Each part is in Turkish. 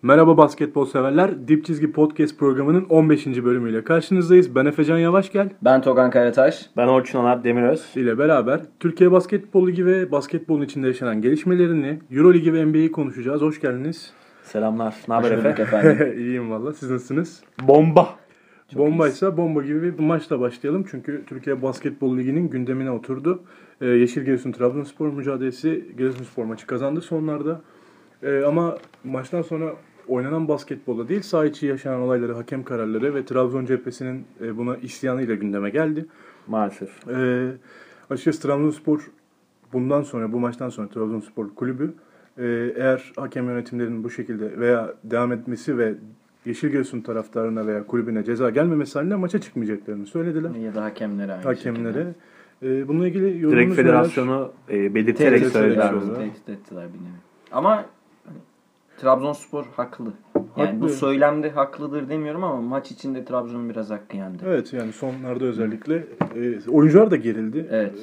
Merhaba basketbol severler. Dip Çizgi Podcast programının 15. bölümüyle karşınızdayız. Ben Efecan Yavaşgel. Ben Togan Karataş. Ben Orçun Onat Demiröz. ile beraber Türkiye Basketbol Ligi ve basketbolun içinde yaşanan gelişmelerini, Euro Ligi ve NBA'yi konuşacağız. Hoş geldiniz. Selamlar. Ne haber Efe? Efendim. İyiyim valla. Siz nasılsınız? Bomba. Bombaysa bomba gibi bir maçla başlayalım. Çünkü Türkiye Basketbol Ligi'nin gündemine oturdu. Yeşil Giresun Trabzonspor mücadelesi. Giresunspor maçı kazandı sonlarda. Ama maçtan sonra oynanan basketbolda değil, saha içi yaşanan olayları, hakem kararları ve Trabzon cephesinin buna isyanıyla gündeme geldi. Maalesef. Açıkçası Trabzonspor bundan sonra, bu maçtan sonra Trabzonspor kulübü eğer hakem yönetimlerinin bu şekilde veya devam etmesi ve Yeşil Giresun taraftarına veya kulübüne ceza gelmemesi halinde maça çıkmayacaklarını söylediler. Ya da hakemlere aynı Hakemlere. Bununla ilgili yorumunuz Direkt federasyonu belirterek söylediler. Tehdit ettiler bir nevi. Ama Trabzonspor haklı. Yani Haklı. bu söylemde haklıdır demiyorum ama maç içinde Trabzon'un biraz hakkı yendi. Evet, yani sonlarda özellikle oyuncular da gerildi. Evet.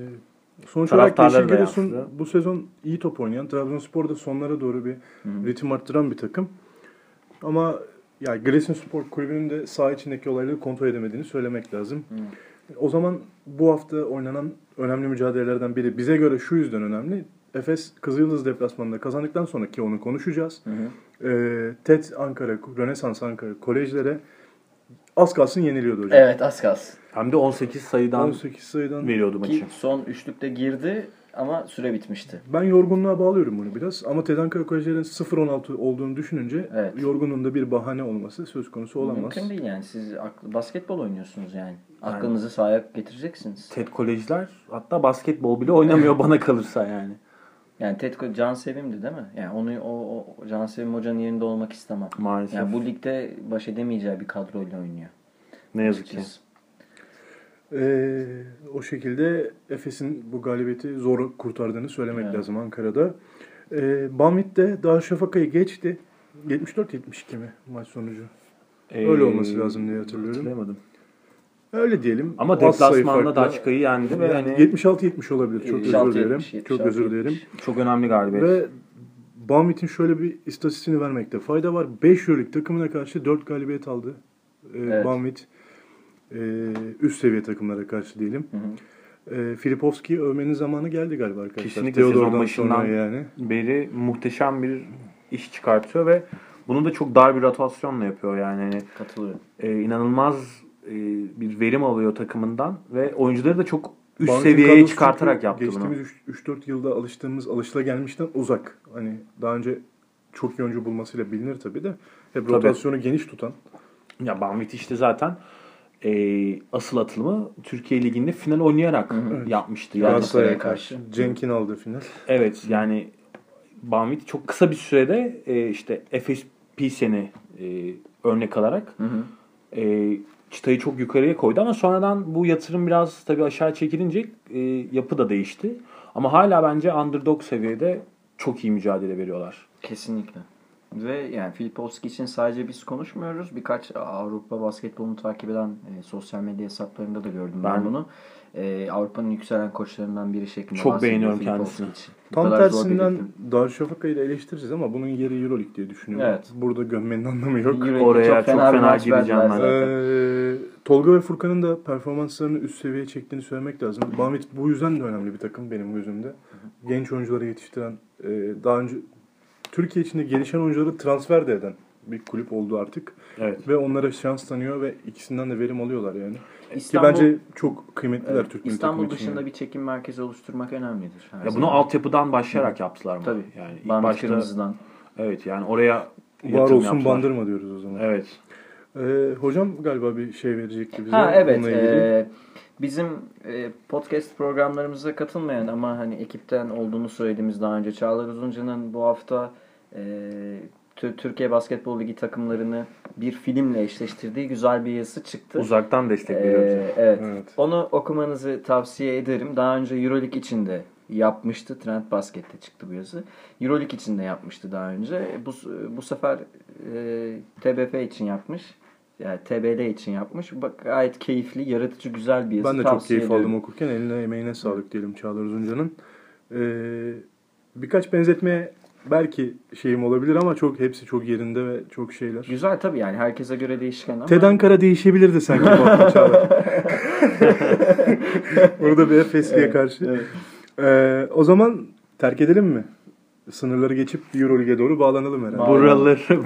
Sonuç olarak Yeşil Taraftarlar da Giresun yansıdı. bu sezon iyi top oynayan, Trabzonspor da sonlara doğru bir ritim arttıran bir takım. Ama ya Giresunspor kulübünün de saha içindeki olayları kontrol edemediğini söylemek lazım. O zaman bu hafta oynanan önemli mücadelelerden biri bize göre şu yüzden önemli. Efes Kızılyıldız deplasmanında kazandıktan sonraki onu konuşacağız. TED Ankara, Rönesans Ankara kolejlere az kalsın yeniliyordu hocam. Evet, az kalsın. Hem de 18 sayıdan 18 sayıdan veriyordu maçı. Ki son üçlükte girdi ama süre bitmişti. Ben yorgunluğa bağlıyorum bunu biraz. Ama TED Ankara kolejlerin 0-16 olduğunu düşününce Evet. yorgunluğun da bir bahane olması söz konusu olamaz. Mümkün değil yani. Siz basketbol oynuyorsunuz yani. Aklınızı sahaya getireceksiniz. TED kolejler hatta basketbol bile oynamıyor bana kalırsa yani. Yani Can Sevim'di değil mi? Yani onu o Can Sevim hocanın yerinde olmak istemem. Maalesef. Yani bu ligde baş edemeyeceği bir kadroyla oynuyor. Ne yazık ki. Açıkçası. O şekilde Efes'in bu galibiyeti zor kurtardığını söylemek Evet. lazım Ankara'da. Banvit de Darüşşafaka'yı geçti. 74-72 mi maç sonucu? Öyle olması lazım diye hatırlıyorum. Hatırlayamadım. Öyle diyelim. Ama Az sayı deplasmanda farkla. Daçka'yı yendi ve Yani hani 76-70 olabilir. Çok özür 76-70, dilerim. 76-70. Çok özür dilerim. çok önemli galibiyet. Ve Banvit'in şöyle bir istatistiğini vermekte fayda var. 5 Euroleague takımına karşı 4 galibiyet aldı. Evet. Banvit üst seviye takımlara karşı diyelim. Filipovski'yi övmenin zamanı geldi galiba arkadaşlar. Kesinlikle sezon Theodore'dan başından sonra yani. beri muhteşem bir iş çıkartıyor ve bunu da çok dar bir rotasyonla yapıyor yani. Hani, Katılıyorum. inanılmaz bir verim alıyor takımından ve oyuncuları da çok üst Banvit'in seviyeye kadrosu çıkartarak çünkü yaptı bunu. geçtiğimiz 3-4 yılda alışılagelmişten uzak. Hani daha önce çok iyi oyuncu bulmasıyla bilinir tabii de. Hep rotasyonu geniş tutan. Ya Banvit işte zaten asıl atılımı Türkiye Ligi'nde final oynayarak yapmıştı. Yani, Galatasaray'a karşı. karşı. Cenk'in aldığı final. evet yani Banvit çok kısa bir sürede işte Efes Pilsen'i örnek alarak çıtayı çok yukarıya koydu ama sonradan bu yatırım biraz tabii aşağı çekilince yapı da değişti. Ama hala bence underdog seviyede çok iyi mücadele veriyorlar. Kesinlikle. Ve yani Filipovski için sadece biz konuşmuyoruz. Birkaç Avrupa basketbolunu takip eden sosyal medya hesaplarında da gördüm ben bunu. Avrupa'nın yükselen koçlarından biri şeklinde Çok bahsediyor beğeniyorum Filipovski kendisini. için. Bu Tam kadar zor bir tersinden ligde. Darüşşafaka'yı da eleştireceğiz ama bunun yeri Euroleague diye düşünüyorum. Evet. Burada gömmenin anlamı yok. Euroleague Oraya çok bir fena maç gireceğim verdiler ben. zaten. Tolga ve Furkan'ın da performanslarını üst seviyeye çektiğini söylemek lazım. Banvit bu yüzden de önemli bir takım benim gözümde. Genç oyuncuları yetiştiren, daha önce Türkiye içinde gelişen oyuncuları transfer de eden bir kulüp oldu artık. Evet. Ve onlara şans tanıyor ve ikisinden de verim alıyorlar yani. İstanbul, Ki bence çok kıymetliler evet, Türk milli İstanbul takımı için. dışında yani. bir çekim merkezi oluşturmak önemlidir. Ya bunu altyapıdan başlayarak yaptılar mı? Tabii. Yani ilk Banvit başta Kırmızı'dan. evet yani oraya Var yatırım olsun yaptılar. bandırma diyoruz o zaman. Evet. Hocam galiba bir şey verecekti bize. Ha evet. bununla ilgili. Bizim podcast programlarımıza katılmayan ama hani ekipten olduğunu söylediğimiz daha önce Çağlar Uzuncu'nun bu hafta Türkiye Basketbol Ligi takımlarını bir filmle eşleştirdiği güzel bir yazısı çıktı. Uzaktan destek veriyoruz. Evet. Evet. Onu okumanızı tavsiye ederim. Daha önce Euroleague için de yapmıştı. Trend Basket'te çıktı bu yazı. Euroleague için de yapmıştı daha önce. Bu sefer TBF için yapmış. Yani TBL için yapmış. Bak gayet keyifli, yaratıcı, güzel bir yazı. Ben de çok Tavsiye keyif ederim. aldım okurken. Eline emeğine sağlık diyelim Çağlar Uzuncan'ın. Birkaç benzetmeye belki şeyim olabilir ama hepsi çok yerinde ve çok şeyler. Güzel tabii yani herkese göre değişken ama. TED Ankara değişebilirdi sanki bu hafta Çağlar. Burada bir Efesli'ye karşı. Evet. O zaman terk edelim mi? Sınırları geçip Euroleague'e doğru bağlanalım herhalde. Buraları.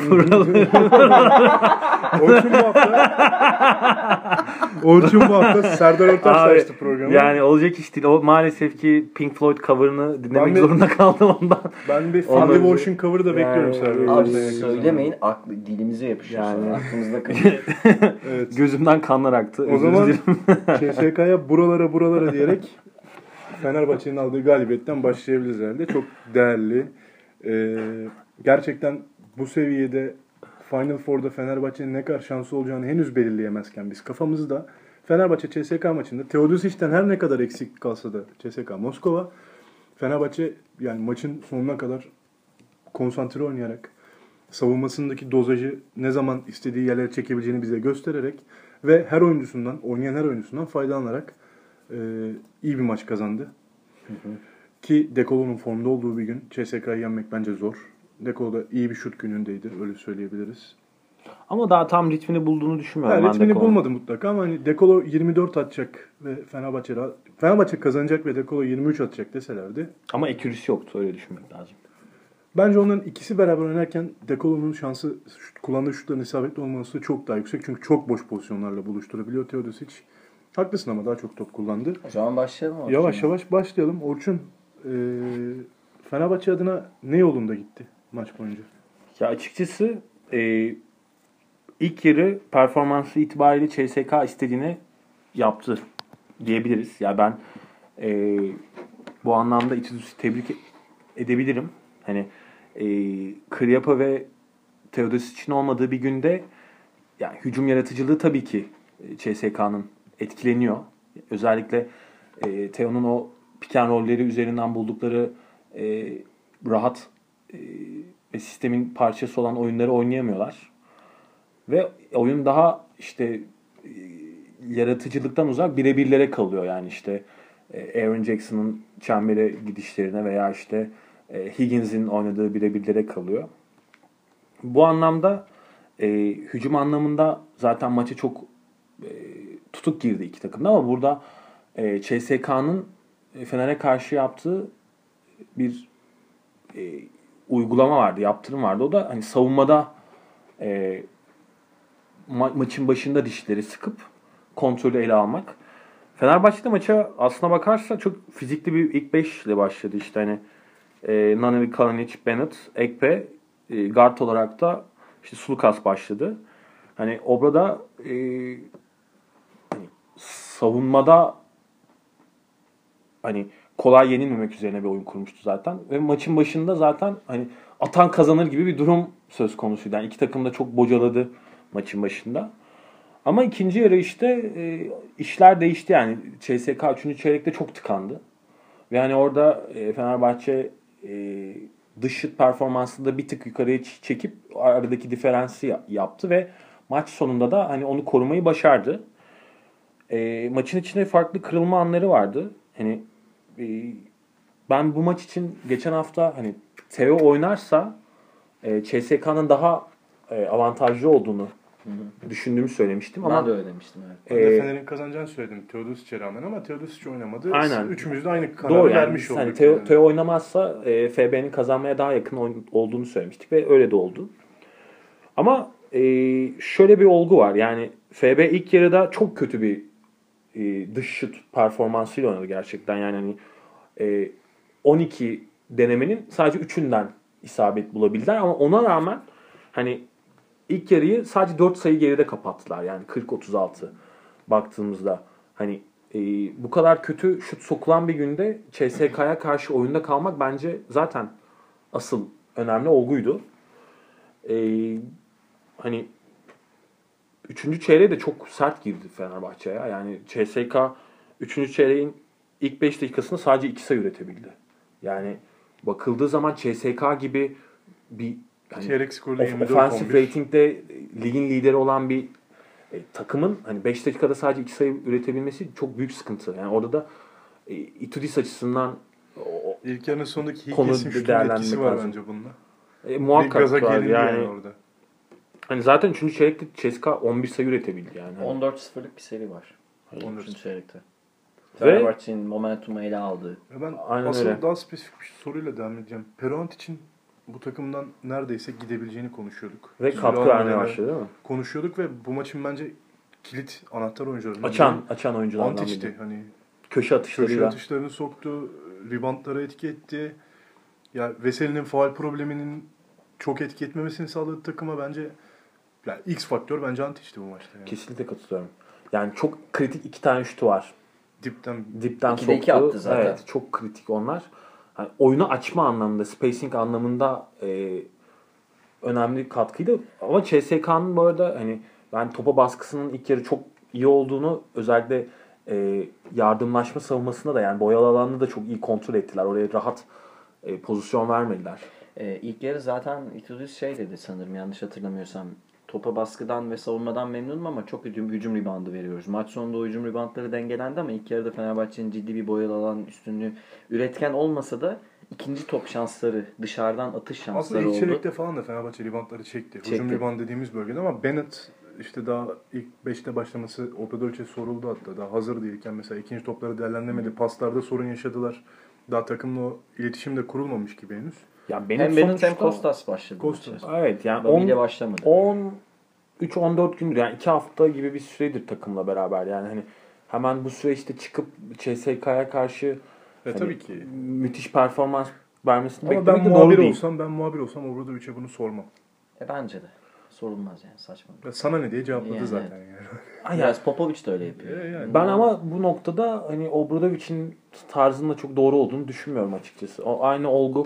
Orçun bu hafta Serdar Ortaç açtı programı. Yani olacak iş değil. O maalesef ki Pink Floyd cover'ını dinlemek zorunda kaldım ondan. Ben bir Full Devotion cover'ı da bekliyorum Serdar Abi Ortaç'tan. söylemeyin dilimize yapışıyor Yani. sonra aklımızda kalıyor. Evet. Gözümden kanlar aktı. O zaman CSK'ya buralara diyerek Fenerbahçe'nin aldığı galibiyetten başlayabiliriz herhalde. Çok değerli. Gerçekten bu seviyede Final Four'da Fenerbahçe'nin ne kadar şansı olacağını henüz belirleyemezken biz kafamızda Fenerbahçe CSK maçında Teodosic'ten her ne kadar eksik kalsa da CSK Moskova, Fenerbahçe yani maçın sonuna kadar konsantre oynayarak savunmasındaki dozajı ne zaman istediği yerlere çekebileceğini bize göstererek ve oynayan her oyuncusundan faydalanarak iyi bir maç kazandı. Ki Dekolo'nun formda olduğu bir gün CSK'yı yenmek bence zor. Dekolo da iyi bir şut günündeydi, öyle söyleyebiliriz. Ama daha tam ritmini bulduğunu düşünmüyorum. Ritmini bulmadı mutlaka ama hani Dekolo 24 atacak ve Fenerbahçe kazanacak ve Dekolo 23 atacak deselerdi. Ama ekürüsü yoktu, öyle düşünmek lazım. Bence onların ikisi beraber oynarken Dekolo'nun şansı kullandığı şutların isabetli olması çok daha yüksek. Çünkü çok boş pozisyonlarla buluşturabiliyor Teodosic. Haklısın ama daha çok top kullandı. O zaman başlayalım mı? Yavaş yavaş başlayalım. Orçun, Fenerbahçe adına ne yolunda gitti maç boyunca? Ya açıkçası ilk yarı performansı itibariyle CSK istediğini yaptı diyebiliriz. Ya ben bu anlamda İtudis'i tebrik edebilirim. Hani Kriapa ve Teodosic'in olmadığı bir günde yani hücum yaratıcılığı tabii ki CSK'nın etkileniyor. Özellikle Teo'nun o pick and roll'leri üzerinden buldukları rahat ve sistemin parçası olan oyunları oynayamıyorlar. Ve oyun daha işte yaratıcılıktan uzak birebirlere kalıyor. Yani işte Aaron Jackson'ın çembere gidişlerine veya işte Higgins'in oynadığı birebirlere kalıyor. Bu anlamda hücum anlamında zaten maça çok tutuk girdi iki takımda ama burada CSK'nın Fener'e karşı yaptığı bir uygulama vardı, yaptırım vardı. O da hani savunmada maçın başında dişleri sıkıp kontrolü ele almak. Fenerbahçe'de maça aslına bakarsa çok fizikli bir ilk 5 ile başladı. İşte hani Naneli, Kalinic, Bennett, Ekpe, guard olarak da işte Sulukas başladı. Hani Obra'da hani savunmada hani kolay yenilmemek üzerine bir oyun kurmuştu zaten. Ve maçın başında zaten hani atan kazanır gibi bir durum söz konusuydu. Yani iki takım da çok bocaladı maçın başında. Ama ikinci yarı işte işler değişti yani. CSK 3. çeyrekte çok tıkandı. Ve hani orada Fenerbahçe dış şut performansında bir tık yukarıya çekip aradaki diferansı yaptı ve maç sonunda da hani onu korumayı başardı. Maçın içinde farklı kırılma anları vardı. Hani ben bu maç için geçen hafta hani Teo oynarsa CSK'nın daha avantajlı olduğunu düşündüğümü söylemiştim. Ben de öyle demiştim. Evet. Ben de Fener'in kazanacağını söyledim Teodosic'e rağmen ama Teodosic oynamadı. Aynen. Üçümüz de aynı kararı Doğru, yani vermiş olduk. Hani Teo oynamazsa FB'nin kazanmaya daha yakın olduğunu söylemiştik ve öyle de oldu. Ama şöyle bir olgu var. Yani FB ilk yarıda çok kötü bir dış şut performansıyla oynadı gerçekten. Yani hani 12 denemenin sadece 3'ünden isabet bulabildiler ama ona rağmen hani ilk yarıyı sadece 4 sayı geride kapattılar. Yani 40-36 baktığımızda hani bu kadar kötü şut sokulan bir günde CSK'ya karşı oyunda kalmak bence zaten asıl önemli olguydu. Hani 3. çeyreğe de çok sert girdi Fenerbahçe'ye. Yani CSK 3. çeyreğin ilk 5 dakikasında sadece 2 sayı üretebildi. Yani bakıldığı zaman CSK gibi bir hani çeyrek skorda 24-11. Offensive rating'de ligin lideri olan bir takımın hani 5 dakikada sadece 2 sayı üretebilmesi çok büyük sıkıntı. Yani orada da Itudis açısından İlk yarının sonundaki konu kesim şutun değerlendirmek etkisi var lazım. bence bunda. Bir Muhakkak gaza var gelindi yani. orada. Hani zaten 3. çeyrekte CSKA 11 sayı üretebildi yani. 14-0'lık bir seri var. 14. 3. çeyrekte. Ve- Fenerbahçe'nin momentumu ele aldığı. Ben Aynen asıl öyle. daha spesifik bir soruyla devam edeceğim. Peruant için bu takımdan neredeyse gidebileceğini konuşuyorduk. Ve Süre katkı vermeye almadan başladı değil mi? konuşuyorduk ve bu maçın bence kilit anahtar oyuncularından Açan oyunculardan Antic'ti. biri. Hani Köşe köşe atışlarıyla. atışlarını soktu, reboundlara etki etti. Ya Veseli'nin faul probleminin çok etki etmemesini sağladı takıma bence. Yani X faktör bence Antic'ti bu maçta. Yani. Kesinlikle katılıyorum. Yani çok kritik 2 tane şutu var. Dipten Dipten 2'de 2 soktu. attı zaten. Evet, çok kritik onlar. Hani oyunu açma anlamında, spacing anlamında önemli katkıydı. Ama CSK'nın bu arada hani ben topa baskısının ilk yarı çok iyi olduğunu, özellikle yardımlaşma savunmasında da, yani boyalı alanını da çok iyi kontrol ettiler. Oraya rahat pozisyon vermediler. İlk yarı zaten Itudis şey dedi sanırım, yanlış hatırlamıyorsam. Topa baskıdan ve savunmadan memnunum ama çok hücum ribandı veriyoruz. Maç sonunda o hücum ribantları dengelendi ama ilk yarıda Fenerbahçe'nin ciddi bir boyalı alan üstünlüğü üretken olmasa da ikinci top şansları, dışarıdan atış şansları aslında ilk oldu. çeyrekte falan da Fenerbahçe reboundları çekti. Hücum rebound dediğimiz bölgede ama Bennett işte daha ilk 5'te başlaması Obradoviç'e soruldu hatta. Daha hazır değilken mesela ikinci topları değerlendiremedi. Paslarda sorun yaşadılar. Daha takımla o iletişim de kurulmamış gibi henüz. Ya Hem Bennett hem Kostas başladı. Kostas. maça. Evet yani Bobby ile başlamadı. 13-14 gündür, yani 2 hafta gibi bir süredir takımla beraber. Yani hani hemen bu süreçte çıkıp CSK'ya karşı hani Tabii ki. müthiş performans vermesini Ama beklemek ben de doğru muhabir değil. olsam, Obradoviç'e bunu sormam. Bence de. Sorulmaz yani, saçma. Ya sana ne diye cevapladı Yani, zaten yani. Ay, Biraz Popovic de öyle yapıyor. Yani. Ben ama bu noktada hani Obradovic'in tarzının da çok doğru olduğunu düşünmüyorum açıkçası. O aynı olgu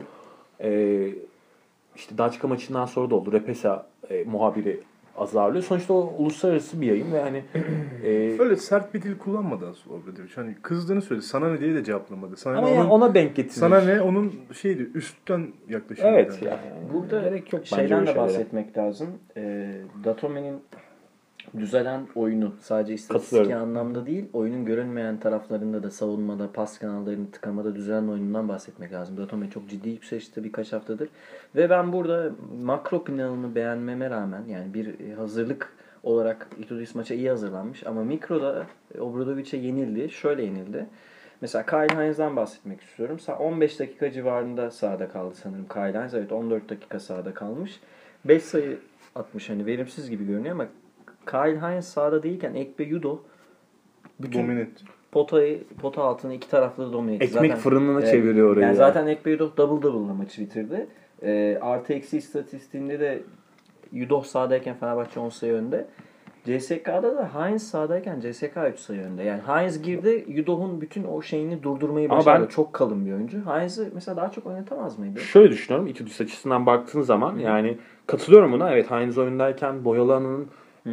işte Daçka maçından sonra da oldu. Repesa muhabiri azarlıyor. Sonuçta o uluslararası bir yayın ve hani Öyle sert bir dil kullanmadı aslında Obradoviç. Hani kızdığını söyledi. Sana ne diye de cevaplamadı. Sana ama ne yani ona denk getirir. sana ne onun şeydi, üstten yaklaşımı. Evet yani. Burada gerek yok bence şeyden öyle de şeylere. bahsetmek lazım. Datome'nin düzelen oyunu sadece istatistik Katılıyorum. anlamda değil, oyunun görünmeyen taraflarında da, savunmada, pas kanallarını tıkamada düzelen oyunundan bahsetmek lazım. Datome çok ciddi yükselişte birkaç haftadır. Ve ben burada makro planını beğenmeme rağmen, yani bir hazırlık olarak Itudis maça iyi hazırlanmış ama mikroda Obradovic'e yenildi. Şöyle yenildi. Mesela Kyle Hines'dan bahsetmek istiyorum. 15 dakika civarında sahada kaldı sanırım Kyle Hines. Evet, 14 dakika sahada kalmış. 5 sayı atmış, hani verimsiz gibi görünüyor ama Kyle Hines sahada değilken Ekpe Yudo bütün Domine etti. pota altını iki taraflı da domine etti. Ekmek fırınına çeviriyor orayı. Yani ya. zaten Ekpe Yudo double'la maçı bitirdi. Artı eksi istatistiğinde de Yudo sahadayken Fenerbahçe 10 sayı önde. CSK'da da Hines sahadayken CSK 3 sayı önde. Yani Hines girdi, Yudo'nun bütün o şeyini durdurmayı Ama başardı. ben- Çok kalın bir oyuncu. Hines'ı mesela daha çok oynatamaz mıydı? Şöyle düşünüyorum. Itudis açısından baktığın zaman yani katılıyorum buna. Evet, Hines oyundayken boyalı alanın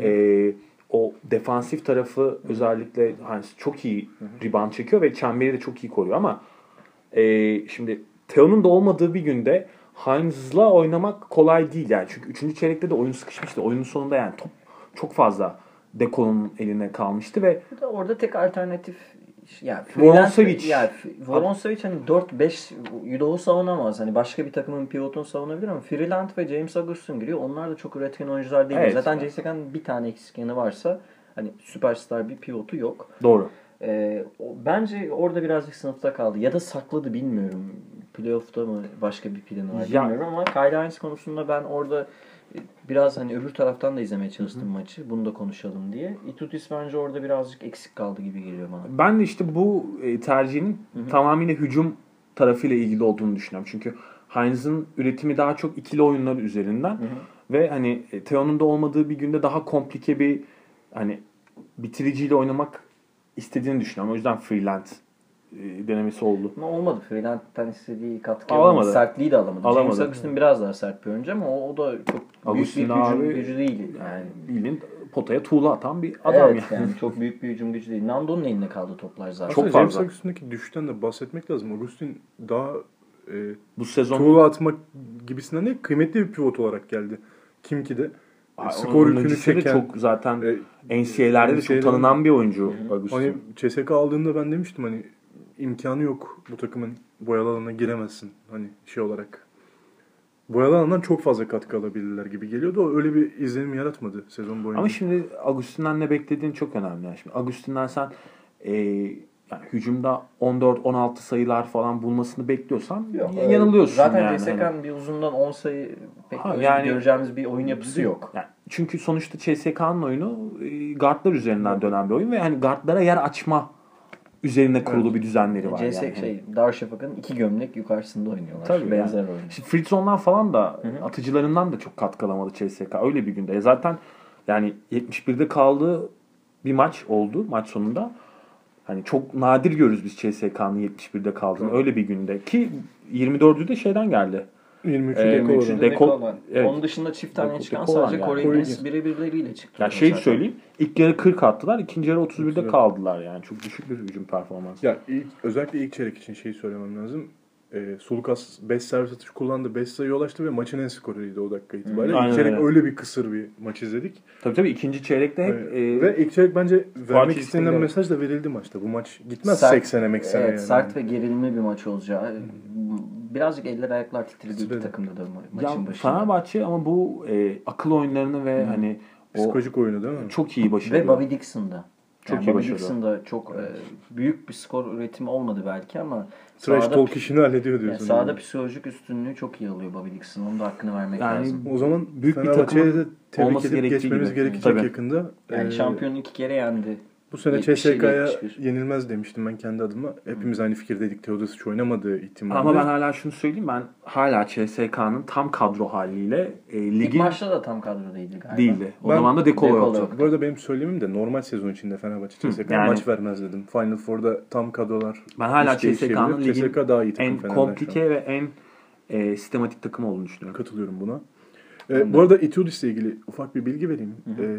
o defansif tarafı özellikle Hines çok iyi rebound çekiyor ve çemberi de çok iyi koruyor ama şimdi Theo'nun da olmadığı bir günde Hines'la oynamak kolay değil yani. Çünkü 3. çeyrekte de oyun sıkışmıştı. Oyunun sonunda yani top çok fazla Deko'nun eline kalmıştı ve Bu da orada tek alternatif yani Voronsevic. Yani Voronsevic hani 4-5 Yudo'yu savunamaz. Hani başka bir takımın pivotunu savunabilir ama Freeland ve James Augustin giriyor. Onlar da çok üretken oyuncular değil. Evet. Zaten CSK'nın bir tane eksik yanı varsa hani süperstar bir pivotu yok. doğru. Bence orada birazcık sınıfta kaldı. Ya da sakladı, bilmiyorum. Playoff'ta mı başka bir planı var Ya- bilmiyorum ama Kyle Hines konusunda ben orada biraz hani öbür taraftan da izlemeye çalıştım maçı. Bunu da konuşalım diye. Itudis bence orada birazcık eksik kaldı gibi geliyor bana. Ben de işte bu tercihinin tamamıyla hücum tarafıyla ilgili olduğunu düşünüyorum. Çünkü Hines'ın üretimi daha çok ikili oyunlar üzerinden ve hani Theo'nun da olmadığı bir günde daha komplike bir hani bitiriciyle oynamak istediğini düşünüyorum. O yüzden Freeland denemesi oldu. Ama olmadı. Freeland'den istediği katkı Alamadı. alamadı. Sertliği de alamadı. James Alamadı. Augustin biraz daha sert bir oyuncu ama o da çok büyük bir Augustin hücum abi gücü değil. Yani. Bildiğin potaya tuğla atan bir adam Evet, yani. yani çok büyük bir hücum gücü değil. Nando'nun elinde kaldı toplar zaten. Çok Aslında James fazla. Augustin'deki düşüşten de bahsetmek lazım. Augustin daha Bu sezon tuğla atmak gibisinden değil, kıymetli bir pivot olarak geldi. Kimki'de. Skor yükünü öncüsü de çeken. çok zaten NCAA'lerde de çok NCAA'lerin tanınan bir oyuncu Augustin. Hani CSK aldığında ben demiştim hani imkanı yok bu takımın boyalı alanına giremezsin. Hani şey olarak. Boyalı alandan çok fazla katkı alabilirler gibi geliyordu. O öyle bir izlenim yaratmadı sezon boyunca. Ama şimdi Agustin'den ne beklediğin çok önemli. Yani şimdi Agustin'den sen yani hücumda 14-16 sayılar falan bulmasını bekliyorsan yanılıyorsun. Zaten yani. CSK'nın bir uzundan 10 sayı pek yani, göreceğimiz bir oyun yapısı yok. Yani çünkü sonuçta CSK'nın oyunu guardlar üzerinden dönen bir oyun ve hani guardlara yer açma üzerine kurulu bir düzenleri var. Darüşşafaka'nın 2 gömlek yukarısında oynuyorlar. Tabii benzer yani. oyun. İşte Fritzon'dan falan da atıcılarından da çok katkı alamadı CSK öyle bir günde. Zaten yani 71'de kaldığı bir maç oldu maç sonunda. Hani çok nadir görürüz biz CSK'nın 71'de kaldığını öyle bir günde ki 24'ü de şeyden geldi. 23'ü Dekola. Evet. Onun dışında çift tane çıkan sadece Corinthians birebirleriyle çıktı. Ya söyleyeyim. İlk yarı 40 attılar. İkinci yarı 31'de kaldılar yani. Çok düşük bir hücum performansı. Ya özellikle ilk çeyrek için şeyi söylemem lazım. Sulukas 5 servis atışı kullandı. 5 sayı ulaştı ve maçın en skoruydu o dakika itibariyle. İlk çeyrek öyle bir kısır bir maç izledik. Tabii ikinci çeyrekte hep... ve ilk çeyrek bence vermek istenilen mesaj da verildi maçta. Bu maç gitmez 80'e meksene evet, yani. Sert ve gerilimli bir maç olacağı. Birazcık eller ayaklar titredi iki takımda da maçın başında. Fenerbahçe ama bu akıl oyunlarını ve hani psikolojik oyunu değil mi? Çok iyi başarıyor. Ve Bobby Dixon'da. Çok iyi başarıyor. Dixon'da çok büyük bir skor üretimi olmadı belki ama trash talk işini hallediyor diyorsun. Yani sahada psikolojik üstünlüğü çok iyi alıyor Bobby Dixon. Onun da hakkını vermek lazım. O zaman büyük bir takımı de tebrik edip geçmemiz gerekecek yakında. Yani şampiyonu 2 kere yendi. Bu sene CSK'ya yenilmez demiştim ben kendi adıma. Hepimiz aynı fikirdeydik. Teodosic oynamadığı ihtimalle. Ama ben hala şunu söyleyeyim. Ben hala CSK'nın tam kadro haliyle ligin... İlk maçta da tam kadro değildi galiba. Değildi. O zaman da Dekola yoktu. Bu arada benim söylemim de normal sezon içinde Fenerbahçe CSK'ya maç vermez dedim. Final Four'da tam kadrolar. Ben hala CSK'nın ligin CSK daha iyi en komplike ve en sistematik takım olduğunu düşünüyorum. Katılıyorum buna. Bu arada Itoudis'le ilgili ufak bir bilgi vereyim.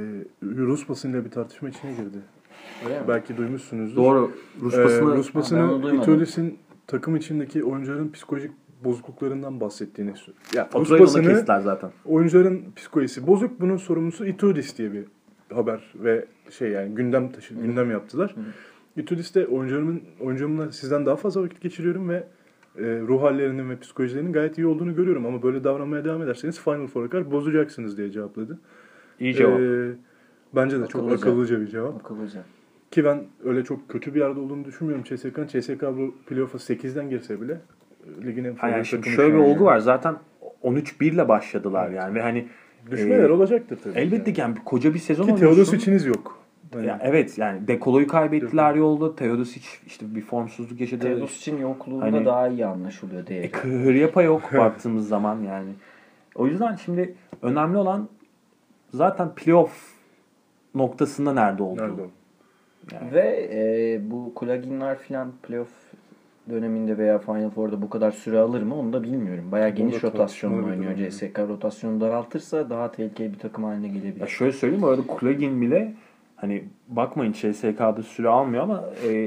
Rus basınıyla bir tartışma içine girdi. Belki duymuşsunuzdur. Doğru. Rus basını Itoudis'in takım içindeki oyuncuların psikolojik bozukluklarından bahsettiğini söylüyor. Rus basını zaten. Oyuncuların psikolojisi bozuk. Bunun sorumlusu Itoudis diye bir haber ve yani gündem yaptılar. Itoudis de oyuncumla sizden daha fazla vakit geçiriyorum ve ruh hallerinin ve psikolojilerinin gayet iyi olduğunu görüyorum ama böyle davranmaya devam ederseniz Final Four'a kadar bozacaksınız diye cevapladı. İyi cevap. Bence de çok akıllıca bir cevap. Akıllıca. Ki ben öyle çok kötü bir yerde olduğunu düşünmüyorum CSK'nın. CSK bu playoff'a 8'den girse bile ligin en fazla takımı. Şöyle bir olgu var. Zaten 13-1 ile başladılar yani ve hani düşmeler olacaktır tabii. Elbette yani koca bir sezon oynuyorsun. Ki Teodosic'iniz yok. Yani evet yani Dekolo'yu kaybettiler yolda. Teodosic işte bir formsuzluk yaşadı. Teodosic'in yokluğunda daha iyi anlaşılıyor diye. Hıryapa yok baktığımız zaman yani. O yüzden şimdi önemli olan zaten playoff noktasında nerede olduğu. Yani. Ve bu Kulaginler filan playoff döneminde veya Final Four'da bu kadar süre alır mı onu da bilmiyorum. Bayağı geniş rotasyonla oynuyor CSK. Rotasyonu daraltırsa daha tehlikeli bir takım haline gelebilir. Ya şöyle söyleyeyim bu arada Kulagin bile hani bakmayın CSK'da süre almıyor ama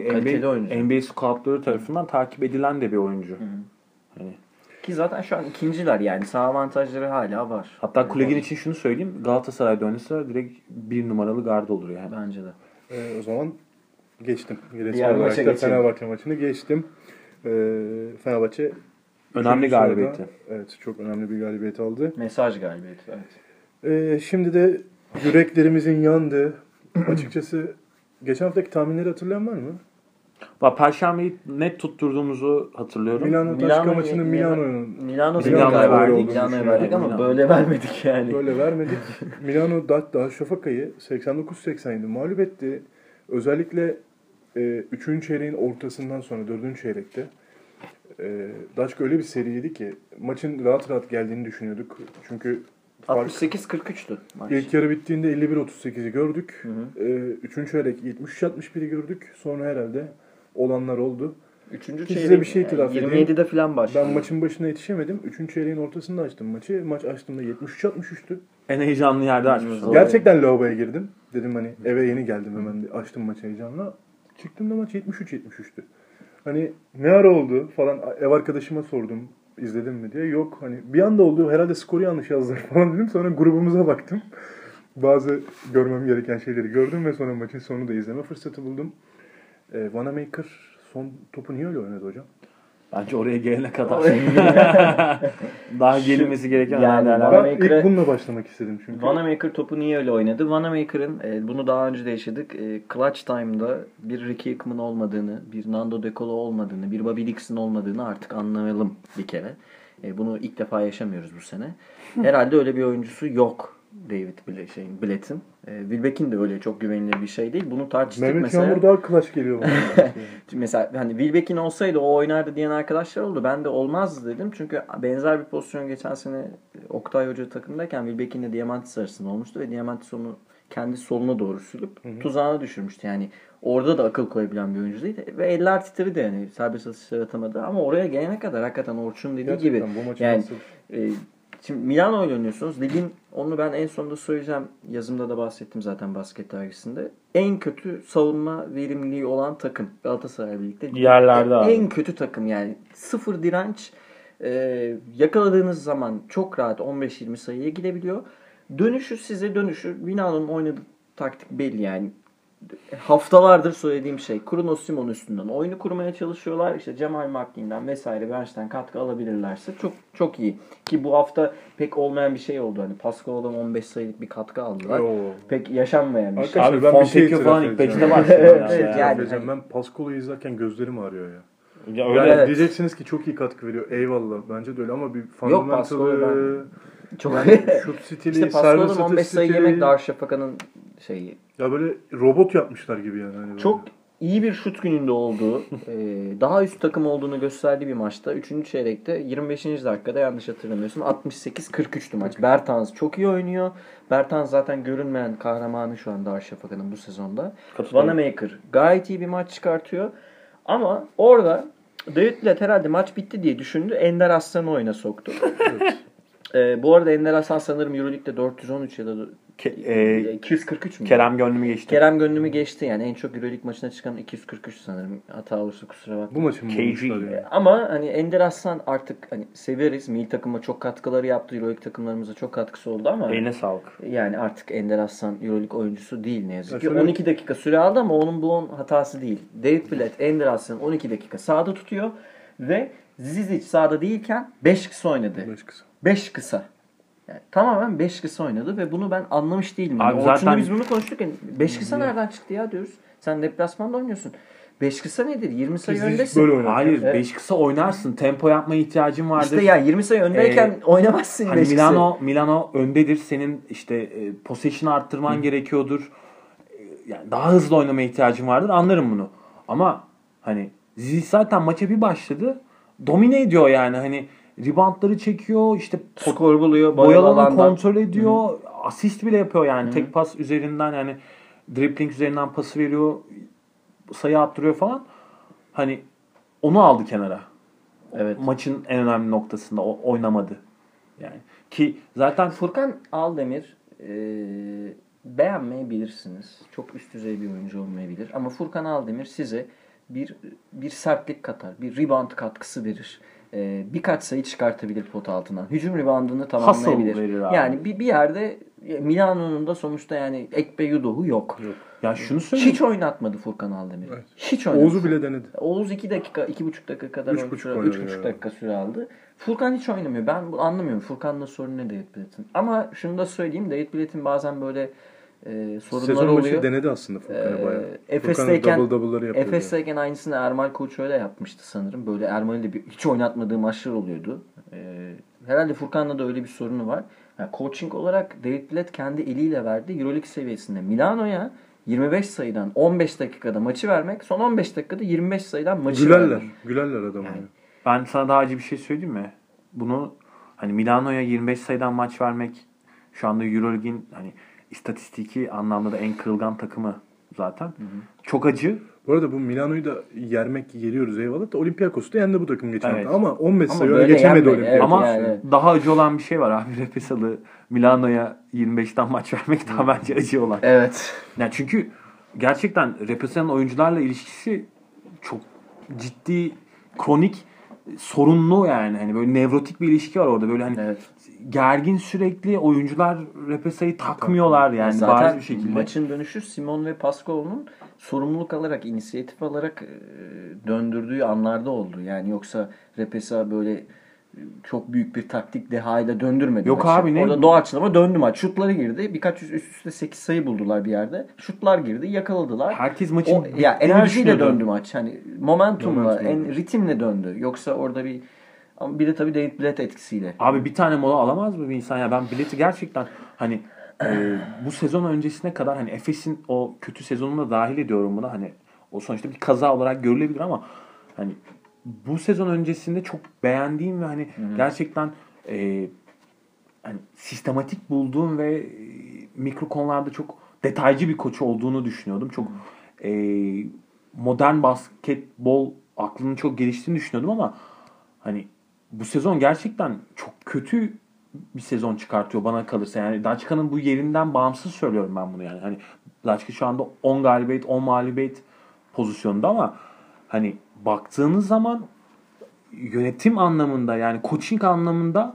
NBA scoutları tarafından takip edilen de bir oyuncu. Hani. Ki zaten şu an ikinciler yani sağ avantajları hala var. Hatta Kulagin için şunu söyleyeyim Galatasaray'da oynasa direkt 1 numaralı gard olur yani. Bence de. O zaman geçtim. Fenerbahçe maçını geçtim. Fenerbahçe önemli galibiyeti. Evet, çok önemli bir galibiyet aldı. Mesaj galibiyeti, evet. Şimdi de yüreklerimizin yandığı. Açıkçası geçen haftaki tahminleri hatırlayan var mı? Perşembeyi net tutturduğumuzu hatırlıyorum. Milano'ya maçının Milano'ya verdik ama böyle vermedik yani. Böyle vermedik. Milano Darüşşafaka'yı 89-87 mağlup etti. Özellikle 3. çeyreğin ortasından sonra 4. çeyrekte Daşka öyle bir seriydi ki maçın rahat geldiğini düşünüyorduk. Çünkü 68-43'tü maç. İlk yarı bittiğinde 51-38'i gördük. 3. çeyrek 73-61'i gördük. Sonra herhalde olanlar oldu. 3. çeyreğe bir şey itiraf edeyim. 27'de falan başladı. Ben maçın başına yetişemedim. 3. çeyreğin ortasında açtım maçı. Maç açtığımda 73-63'tü. En heyecanlı yerde açmıştım. Gerçekten lavaboya girdim. Dedim hani eve yeni geldim hemen açtım maçı heyecanla. Çıktığımda maç 73-73'tü. Hani ne ara oldu falan ev arkadaşıma sordum. İzledin mi diye. Yok hani bir anda oldu. Herhalde skoru yanlış yazdılar falan dedim. Sonra grubumuza baktım. Bazı görmem gereken şeyleri gördüm ve sonra maçın sonunu da izleme fırsatı buldum. Vanamaker son topu niye öyle oynadı hocam? Bence oraya gelene kadar daha gelinmesi gereken yani önemli. Ben ilk bununla başlamak istedim çünkü. Vanamaker topu niye öyle oynadı? Vanamaker'ın bunu daha önce de yaşadık. Clutch Time'da bir Ricky Hickman olmadığını, bir Nando De Colo olmadığını, bir Bobby Dixon olmadığını artık anlayalım bir kere. Bunu ilk defa yaşamıyoruz bu sene. Herhalde öyle bir oyuncusu yok David Blatt'in. Wilbeck'in de öyle çok güvenilir bir şey değil. Bunu tartıştık Mehmet mesela. Yağmur daha clutch geliyor bana. Mesela hani Wilbeck'in olsaydı o oynardı diyen arkadaşlar oldu. Ben de olmazdı dedim. Çünkü benzer bir pozisyon geçen sene Oktay Hoca takımdayken Wilbeck'in de Diamantis arasında olmuştu ve Diamantis onu kendi soluna doğru sürüp tuzağına düşürmüştü. Yani orada da akıl koyabilen bir oyuncu değil. Ve eller titredi yani. Serbest atışlar atamadı. Ama oraya gelene kadar hakikaten Orçun dediği Gerçekten gibi. bu maçı Yani nasıl? şimdi Milano ile oynuyorsunuz. Ligin, onu ben en sonunda söyleyeceğim. Yazımda da bahsettim zaten basket dergisinde. En kötü savunma verimliliği olan takım Galatasaray birlikte. Yerlerde abi. En kötü takım yani. Sıfır direnç. Yakaladığınız zaman çok rahat 15-20 sayıya gidebiliyor. Dönüşü Milano'nun oynadığı taktik belli yani. Haftalardır söylediğim şey. Kronos Simon üstünden oyunu kurmaya çalışıyorlar. İşte Cemal Markin'den vesaire bench'ten katkı alabilirlerse çok çok iyi. Ki bu hafta pek olmayan bir şey oldu. Hani Pascal'dan 15 sayılık bir katkı aldılar. Pek yaşanmayan bir şey. Arkadaşlar, Abi ben bir şey Fontecchio falan ilk itiraf 5'te edeceğim. başladı. Evet, yani. Ben Pascal'u izlerken gözlerim ağrıyor ya. Ya Yani öyle. Evet. diyeceksiniz ki çok iyi katkı veriyor. Eyvallah. Bence de öyle ama bir Yok, Pascal'ı fundamental'ı, Çok şut stili, İşte servis Pascal'dan 15 atış sayı stili. yemek Darüşşafaka'nın şeyi. Ya böyle robot yapmışlar gibi yani. Hani Çok iyi bir şut gününde olduğu, daha üst takım olduğunu gösterdiği bir maçta 3. çeyrekte 25. dakikada yanlış hatırlamıyorsun 68-43'tü maç. Bertans çok iyi oynuyor. Bertans zaten görünmeyen kahramanı şu an Darüşşafaka'nın bu sezonda. Vanamaker gayet iyi bir maç çıkartıyor. Ama orada David Blatt herhalde maç bitti diye düşündü. Ender Aslan'ı oyuna soktu. Bu arada Ender Aslan sanırım Euroleague'de 413 ya da 243 mü? Kerem gönlümü geçti. Kerem gönlümü geçti yani. En çok Euroleague maçına çıkan 243 sanırım. Hata olursa kusura bakma. bu maçın KG. bulmuşlar yani. Ama hani Ender Aslan artık hani severiz. Milli takıma çok katkıları yaptı. Euroleague takımlarımıza çok katkısı oldu ama Eline sağlık. yani artık Ender Aslan Euroleague oyuncusu değil ne yazık Ya ki. şöyle- 12 dakika süre aldı ama onun bu hatası değil. David Blatt Ender Aslan'ı 12 dakika sahada tutuyor ve Zizic sahada değilken 5 kısa oynadı. 5 kısa. 5 kısa. Yani tamamen 5 kısa oynadı ve bunu ben anlamış değilim. Abi Yani zaten- biz bunu konuştuk. 5 kısa nereden çıktı ya diyoruz. Sen deplasmanda oynuyorsun. 5 kısa nedir? 20 sayı Zizic öndesin. böyle oynar. Hayır, Evet. 5 kısa oynarsın. Tempo yapmaya ihtiyacın vardır. İşte ya 20 sayı öndeyken oynamazsın 5 Hani kısa. Milano öndedir. Senin işte possession'ı arttırman gerekiyordur. Yani daha hızlı oynamaya ihtiyacın vardır. Anlarım bunu. Ama hani Zizic zaten maça bir başladı. Domine ediyor yani. Hani reboundları çekiyor. İşte Skor buluyor. boyalarını kontrol ediyor. Asist bile yapıyor yani. Tek pas üzerinden yani dribbling üzerinden pası veriyor. Sayı attırıyor falan. Hani onu aldı kenara. Evet. Maçın en önemli noktasında oynamadı. Yani ki zaten Furkan Aldemir beğenmeyebilirsiniz. Çok üst düzey bir oyuncu olmayabilir. Ama Furkan Aldemir size bir sertlik katar. Bir rebound katkısı verir. Birkaç sayı çıkartabilir pot altından. Hücum reboundını tamamlayabilir. Hustle verir abi. Yani bir yerde Milano'nun da sonuçta yani Ekpe Yudoh'u yok. ya şunu söyleyeyim. Hiç oynatmadı Furkan Aldemir. Evet. Hiç oynatmadı. Oğuz'u bile denedi. Oğuz 2 dakika, 2,5 dakika kadar 3,5 oynadı 3,5 ya. dakika süre aldı. Furkan hiç oynamıyor. Ben bunu anlamıyorum. Furkan'la sorun ne David Blatt'in. Ama şunu da söyleyeyim. David Blatt'in bazen böyle sorunları Sezon oluyor. başı denedi aslında Furkan'ı bayağı. Efes'teyken double'ları yapıyordu. Efes'teyken aynısını Ermal Koç öyle yapmıştı sanırım. Böyle Ermal'in de hiç oynatmadığı maçlar oluyordu. Herhalde Furkan'la da öyle bir sorunu var. Yani coaching olarak David Blatt kendi eliyle verdi. Euroleague seviyesinde Milano'ya 25 sayıdan 15 dakikada maçı vermek, son 15 dakikada 25 sayıdan maçı vermek. Gülerler adamı. Yani. Ben sana daha acı bir şey söyleyeyim mi? Bunu hani Milano'ya 25 sayıdan maç vermek şu anda EuroLeague'in hani istatistiki anlamda da en kırılgan takımı zaten. Çok acı. Bu arada bu Milano'yu da yeriyoruz eyvallah da Olympiakos'u da yendi bu takım geçen Evet. hafta. Ama 15 Ama sayı öyle böyle geçemedi yenmedi, evet. Olympiakos. Ama yani. daha acı olan bir şey var abi. Repesalı Milano'ya 25'ten maç vermek daha bence acı olan. Evet. Yani çünkü gerçekten Repesal'ın oyuncularla ilişkisi çok ciddi, kronik, sorunlu yani. Hani böyle nevrotik bir ilişki var orada. Böyle hani Evet. gergin sürekli. Oyuncular Repesa'yı takmıyorlar yani zaten bariz bir şekilde. Maçın dönüşü Simon ve Pascal'ın sorumluluk alarak, inisiyatif alarak döndürdüğü anlarda oldu. Yani yoksa Repesa böyle çok büyük bir taktik dehayla döndürmedi Yok maçı. abi, ne? Orada doğaçlama döndü maç. Şutları girdi. Birkaç üst üste 8 sayı buldular bir yerde. Şutlar girdi. Yakaladılar. Herkes maçın ya enerjiyle düşünüyordu. döndü maç. Hani momentumla, ritimle döndü. Yoksa orada ama bir de tabii David Blatt etkisiyle. Abi bir tane mola alamaz mı bir insan ya? Ben Blatt'i gerçekten hani bu sezon öncesine kadar hani Efes'in o kötü sezonuna dahil ediyorum buna. Hani o sonuçta bir kaza olarak görülebilir ama hani bu sezon öncesinde çok beğendiğim ve hani gerçekten hani sistematik bulduğum ve mikro konularda çok detaycı bir koç olduğunu düşünüyordum. Çok modern basketbol aklının çok geliştiğini düşünüyordum ama hani bu sezon gerçekten çok kötü bir sezon çıkartıyor bana kalırsa. Yani Daçka'nın bu yerinden bağımsız söylüyorum ben bunu yani. Hani Daçka şu anda 10 galibiyet 10 mağlubiyet pozisyonunda ama hani baktığınız zaman yönetim anlamında yani coaching anlamında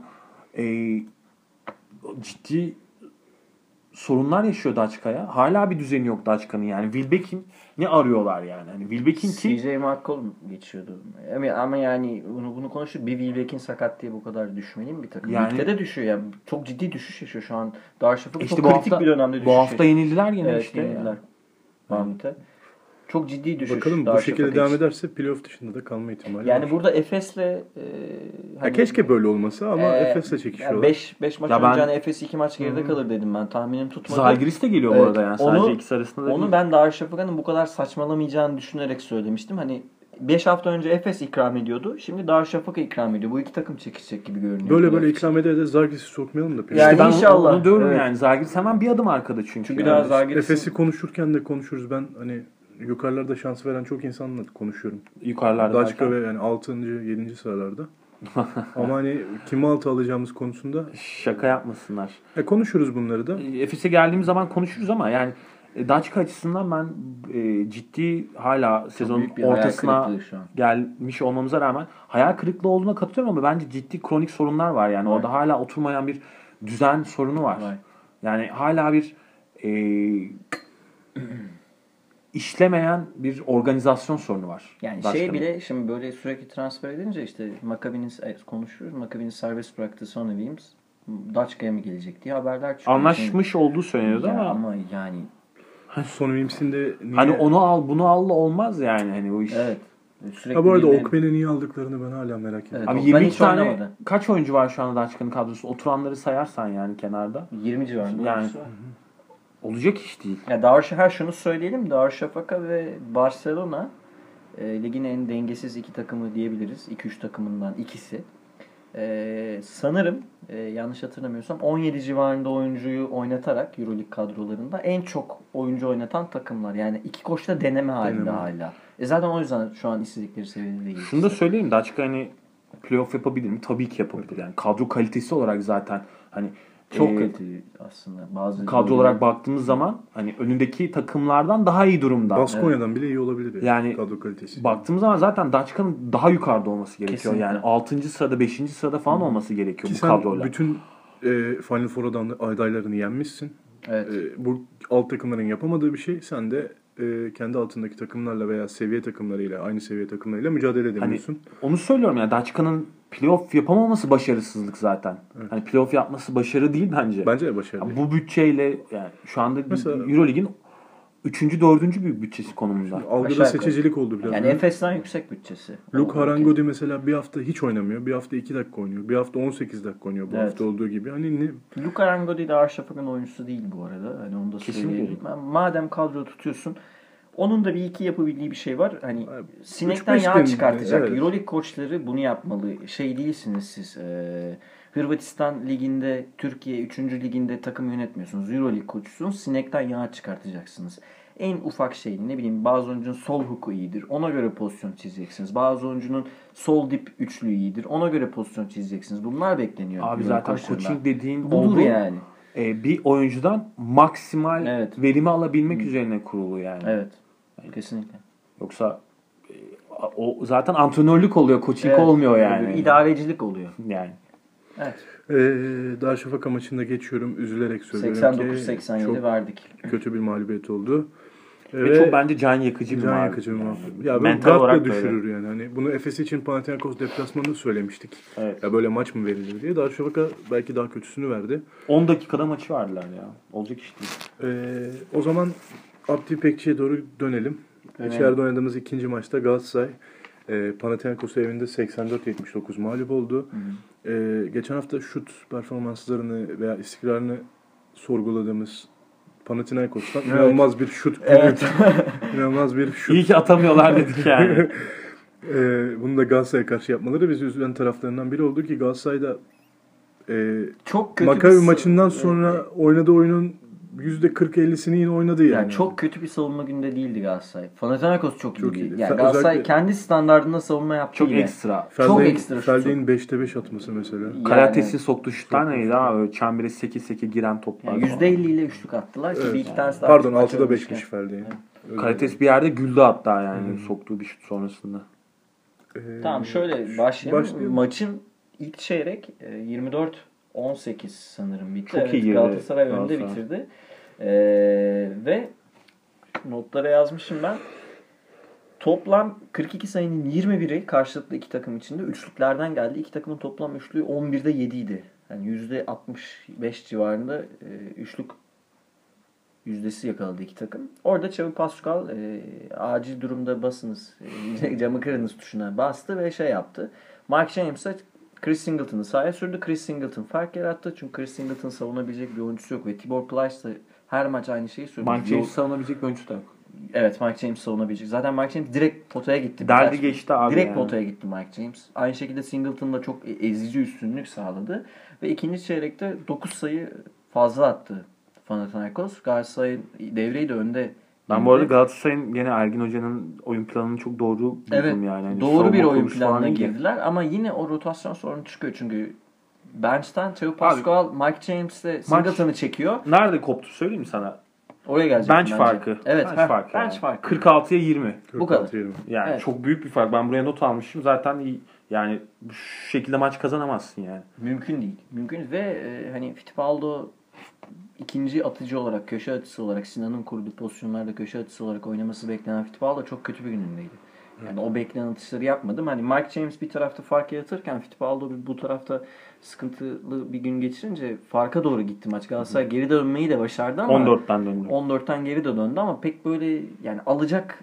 ciddi sorunlar yaşıyor Daçka'ya. Hala bir düzeni yok Daçka'nın yani. Wilbeck'in ne arıyorlar yani? Hani Wilbeck'in ki CJ McCollum geçiyordu. Ama yani bunu konuştuk. Bir Wilbeck'in sakat diye bu kadar düşmeli mi bir takım? Yani, Ligde de düşüyor yani. Çok ciddi düşüş yaşıyor şu an. Darüşşafaka işte çok kritik bir dönemde düşüş. Bu hafta yenildiler yine evet, işte. yenildiler. Mahmut'e. Çok ciddi düşüş. Bakalım bu şekilde devam ederse playoff dışında da kalma ihtimali yani var. burada Efes'le hani, keşke böyle olmasa ama Efes'le çekişiyorlar. 5 maç önce hani Efes 2 maç geride kalır dedim ben. Tahminim tutmadı. Zalgiris de geliyor bu arada yani. Sadece ikisi arasında da onu değil. ben Darüşşafaka'nın bu kadar saçmalamayacağını düşünerek söylemiştim. Hani 5 hafta önce Efes ikram ediyordu. Şimdi Darüşşafaka ikram ediyor. Bu iki takım çekişecek gibi görünüyor. Böyle ikram ede Zalgiris'i sokmayalım da. Yani ben inşallah. onu diyorum evet. yani. Zalgiris hemen bir adım arkada çünkü. Çünkü daha Zalgiris'in... Efes'i konuşurken de konuşuruz. Ben hani yukarılarda şans veren çok insanla konuşuyorum. Yukarılarda. Daçka ve yani 6. 7. sıralarda. Ama hani kimi altı alacağımız konusunda şaka yapmasınlar. Konuşuruz bunları da. Efes'e geldiğimiz zaman konuşuruz ama yani Daçka açısından ben ciddi hala sezonun ortasına gelmiş olmamıza rağmen hayal kırıklığı olduğuna katılıyorum ama bence ciddi kronik sorunlar var. Yani orada hala oturmayan bir düzen sorunu var. Yani hala bir işlemeyen bir organizasyon sorunu var. Yani Daçka'nın. bile şimdi böyle sürekli transfer edince işte Maccabi'nin konuşuyoruz. Maccabi'nin serbest bıraktığı Sonny Williams Daçka'ya mı gelecek diye haberler çıkıyor. Anlaşmış olduğu söyleniyordu ama yani Sonny Williams'in de niye... Hani onu al bunu al olmaz yani hani bu iş. Evet. Sürekli bu arada Okben'i niye aldıklarını ben hala merak ediyorum. Abi 22 tane oynamadı. Kaç oyuncu var şu anda Daçka'nın kadrosunda? Oturanları sayarsan yani kenarda. 20 civarında. Yani olacak iş değil. Ya şunu söyleyelim. Darüşşafaka ve Barcelona ligin en dengesiz iki takımı diyebiliriz. 2-3 takımından ikisi. Sanırım yanlış hatırlamıyorsam 17 civarında oyuncuyu oynatarak EuroLeague kadrolarında en çok oyuncu oynatan takımlar. Yani iki koçta deneme halinde hala. Zaten o yüzden şu an istedikleri seviyede değil. Şunu da söyleyeyim. Daçka hani playoff yapabilir mi? Tabii ki yapabilir. Yani kadro kalitesi olarak zaten hani çok kaliteli aslında. Bazı kadro olarak baktığımız zaman hani önündeki takımlardan daha iyi durumda. Baskonya'dan bile iyi olabilir yani kadro kalitesi. Baktığımız zaman zaten Daçka'nın daha yukarıda olması gerekiyor. Kesinlikle. Yani 6. sırada 5. sırada falan olması gerekiyor ki bu kadroyla. Sen bütün Final Four'dan adaylarını yenmişsin. Evet. Bu alt takımların yapamadığı bir şey. Sen de kendi altındaki takımlarla veya seviye takımlarıyla, aynı seviye takımlarıyla mücadele edemiyorsun. Hani onu söylüyorum yani Daçka'nın playoff yapamaması başarısızlık zaten. Evet. Hani playoff yapması başarı değil bence. Bence de başarı değil. Bu bütçeyle yani şu anda mesela, EuroLeague'in 3. 4. büyük bütçesi konumunda. Algıda seçicilik oldu biraz. Yani Efes'ten yüksek bütçesi. Luke Harangodi mesela bir hafta hiç oynamıyor. Bir hafta 2 dakika oynuyor. Bir hafta 18 dakika oynuyor bu hafta olduğu gibi. Hani Luke Harangodi de Darüşşafaka'nın oyuncusu değil bu arada. Hani onu da söyleyeyim. Madem kadro tutuyorsun onun da bir iki yapabildiği bir şey var. Hani sinekten yağ çıkartacak. Evet. EuroLeague koçları bunu yapmalı. Değilsiniz siz. Hırvatistan liginde, Türkiye 3. liginde takım yönetmiyorsunuz. EuroLeague koçusunuz. Sinekten yağ çıkartacaksınız. En ufak şey ne bileyim bazı oyuncunun sol huku iyidir. Ona göre pozisyon çizeceksiniz. Bazı oyuncunun sol dip üçlü iyidir. Ona göre pozisyon çizeceksiniz. Bunlar bekleniyor. Abi zaten coaching dediğin budur yani. Bir oyuncudan maksimal verimi alabilmek üzerine kurulu yani. Evet. Kesinlikle. Yoksa o zaten antrenörlük oluyor, coaching olmuyor yani. İdarecilik oluyor. Yani. Evet. Darüşşafaka maçında geçiyorum. Üzülerek söylüyorum ki 89-87 çok verdik. kötü bir mağlubiyet oldu. Ve çok bence can yakıcı bir can mağlup. yakıcı bir Yani. mağlup. Ya Mental böyle olarak gard da da öyle. düşürür yani. Hani bunu Efes için Panathinaikos deplasmanında söylemiştik. Evet. Ya böyle maç mı verilir diye. Darüşşafaka belki daha kötüsünü verdi. 10 dakikada maçı verdiler ya. Olacak iş değil. O zaman Abdi İpekçi'ye doğru dönelim. İçeride oynadığımız ikinci maçta Galatasaray Panathinaikos evinde 84-79 mağlup oldu. Geçen hafta şut performanslarını veya istikrarını sorguladığımız Panathinaikos'tan inanılmaz bir şut. Evet. İnanılmaz bir şut. İyi ki atamıyorlar dedik yani. Bunu da Galatasaray'a karşı yapmaları bizi üzen taraflarından biri oldu ki Galatasaray'da çok kötü Maccabi bir maçından sonra oynadığı oyunun %40-50'sini yine oynadı yani. Çok kötü bir savunma günde değildi Galatasaray. Panathinaikos çok Çok iyiydi. iyiydi. Yani Galatasaray Özellikle kendi standardında savunma yaptı Çok yine. ekstra. Çok ekstra şutu. Felday'in 5'te 5 atması mesela. Karatesi soktu şutlar neydi abi? Çembere 8-8 giren toplar. Yani %50 ile üçlük attılar ki bir iki tanesi daha. Pardon maç 6'da oynamışken. 5'miş Felday'in. Karates bir yerde güldü hatta yani soktuğu bir şut sonrasında. Tamam şöyle başlayalım. Başlayalım. Maçın ilk çeyrek 24-18 sanırım bitti. Çok iyi girdi Galatasaray önde Galatasaray. bitirdi. Ve notlara yazmışım ben. Toplam 42 sayının 21'i karşılıklı iki takım içinde üçlüklerden geldi. İki takımın toplam üçlüğü 11'de 7 idi. Yani %65 civarında üçlük yüzdesi yakaladı iki takım. Orada Xavi Pascual acil durumda basınız, camı kırınız tuşuna bastı ve şey yaptı. Mark James'e Chris Singleton'ı sahaya sürdü. Chris Singleton fark yarattı. Çünkü Chris Singleton savunabilecek bir oyuncusu yok ve Tibor Plyce de her maç aynı şeyi söylüyor. Mark James savunabilecek bir oyuncu da yok. Evet, Mark James savunabilecek. Zaten Mark James direkt potaya gitti. Derdi geçti abi Direkt yani. potaya gitti Mark James. Aynı şekilde Singleton da çok ezici üstünlük sağladı. Ve ikinci çeyrekte 9 sayı fazla attı Panathinaikos. Galatasaray'ın devreyi de önde. Ben bu arada Galatasaray'ın gene Ergin Hoca'nın oyun planını çok doğru buldum Evet, yani. Hani doğru bir savunma oyun kurgusu falan planına iyi de. girdiler ama yine o rotasyon sorunu çıkıyor çünkü bench'ten Xavi Pascual, Mike James'le Singleton'ı çekiyor. Nerede koptu söyleyeyim mi sana? Oraya gelecek. Bench farkı. Evet, Bench farkı. 46'ya 20. Bu kadar. 46-20. Yani Evet. çok büyük bir fark. Ben buraya not almışım. Zaten iyi. Yani şu şekilde maç kazanamazsın yani. Mümkün değil. Mümkün değil. Ve hani Fittipaldo ikinci atıcı olarak, köşe atıcısı olarak Sinan'ın kurduğu pozisyonlarda köşe atıcısı olarak oynaması beklenen Fittipaldo çok kötü bir günündeydi. Yani o beklenen atışları yapmadım. Hani Mark James bir tarafta fark yaratırken Fittipaldo bu tarafta sıkıntılı bir gün geçirince farka doğru gitti maç. Galatasaray geri dönmeyi de başardı ama 14'ten döndü. 14'ten geri de döndü ama pek böyle yani alacak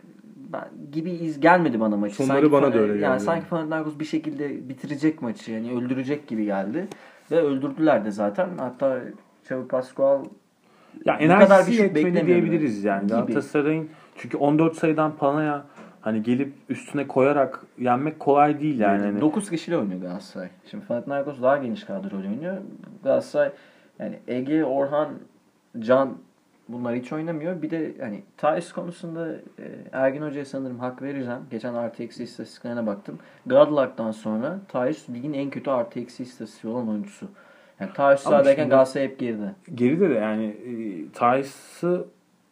gibi iz gelmedi bana maçı. Sonları bana da öyle geldi. Yani sanki Panathinaikos bir şekilde bitirecek maçı. Yani öldürecek gibi geldi. Ve öldürdüler de zaten. Hatta Xavi Pascual Ya bu kadar bir enerjisi şut yetmedi beklemiyordum diyebiliriz yani. gibi. Galatasaray'ın çünkü 14 sayıdan Pana'ya hani gelip üstüne koyarak yenmek kolay değil yani. Hani 9 kişiyle oynuyor Galatasaray. Şimdi Panathinaikos daha geniş kadroyla oynuyor. Galatasaray yani Ege, Orhan, Can bunlar hiç oynamıyor. Bir de hani Thais konusunda Ergin Hoca'ya sanırım hak vereceğim. Geçen artı eksi istatistiklerine baktım. Godlock'tan sonra Thais ligin en kötü artı eksi istatistiği olan oyuncusu. Yani Thais Ama sahadayken şimdi- Galatasaray hep geride. geride de yani Theis'ı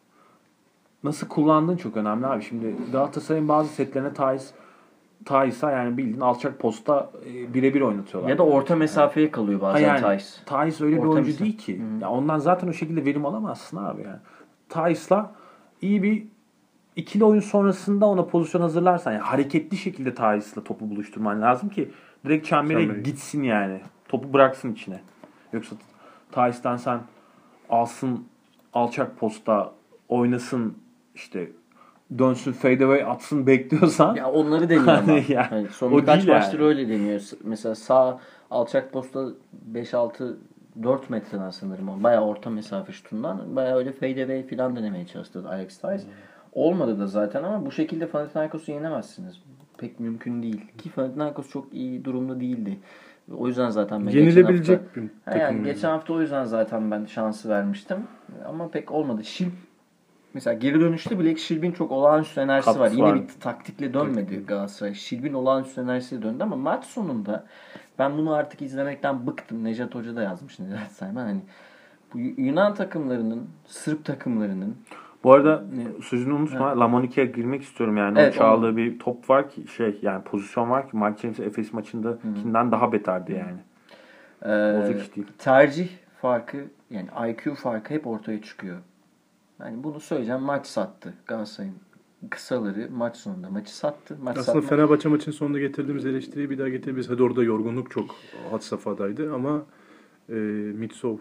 nasıl kullandığın çok önemli abi. Şimdi Galatasaray'ın bazı setlerine Theis'a yani bildiğin alçak posta birebir oynatıyorlar. Ya da orta mesafeye kalıyor bazen yani, Thais. Theis öyle bir Orta oyuncu mesafe. değil ki. Ya ondan zaten o şekilde verim alamazsın abi yani. Theis'la iyi bir ikili oyun sonrasında ona pozisyon hazırlarsan yani hareketli şekilde Theis'la topu buluşturman lazım ki direkt çembere gitsin yani. Topu bıraksın içine. Yoksa Theis'ten sen alsın alçak posta oynasın işte dönsün fadeaway atsın bekliyorsan Ya onları deniyor ama. Hani ya, Yani son o birkaç değil maçtır yani. öyle deniyor. Mesela sağ alçak posta 5-6 4 metreden sanırım o. Bayağı orta mesafe şutundan. Bayağı öyle fadeaway falan denemeye çalıştı Alex Theis. Olmadı da zaten ama bu şekilde Panathinaikos'u yenemezsiniz. Pek mümkün değil. Ki Panathinaikos çok iyi durumda değildi. O yüzden zaten ben Yenilebilecek geçen bir hafta, takım. yani geçen hafta o yüzden zaten ben şansı vermiştim. Ama pek olmadı. Mesela geri dönüşte bile Şilbin çok olağanüstü enerjisi var. Katkısı Yine var. bir taktikle dönmedi Galatasaray. Şilbin olağanüstü enerjisiyle döndü ama maç sonunda ben bunu artık izlemekten bıktım. Nejat Hoca da yazmış Nejat Sayman. Hani bu Yunan takımlarının, Sırp takımlarının Bu arada sözünü unutma. Lamonika'ya girmek istiyorum yani. Evet, o çaldığı bir top var ki yani pozisyon var ki Mark James Efes maçındakinden daha beterdi yani. Bozuk iş değil. Tercih farkı yani IQ farkı hep ortaya çıkıyor. Yani bunu söyleyeceğim. Maç sattı Galatasaray'ın kısaları maç sonunda maçı sattı. Aslında Fenerbahçe maçın sonunda getirdiğimiz eleştiriyi bir daha getirebiliriz. Hadi orada yorgunluk çok had safhadaydı ama Mitsov,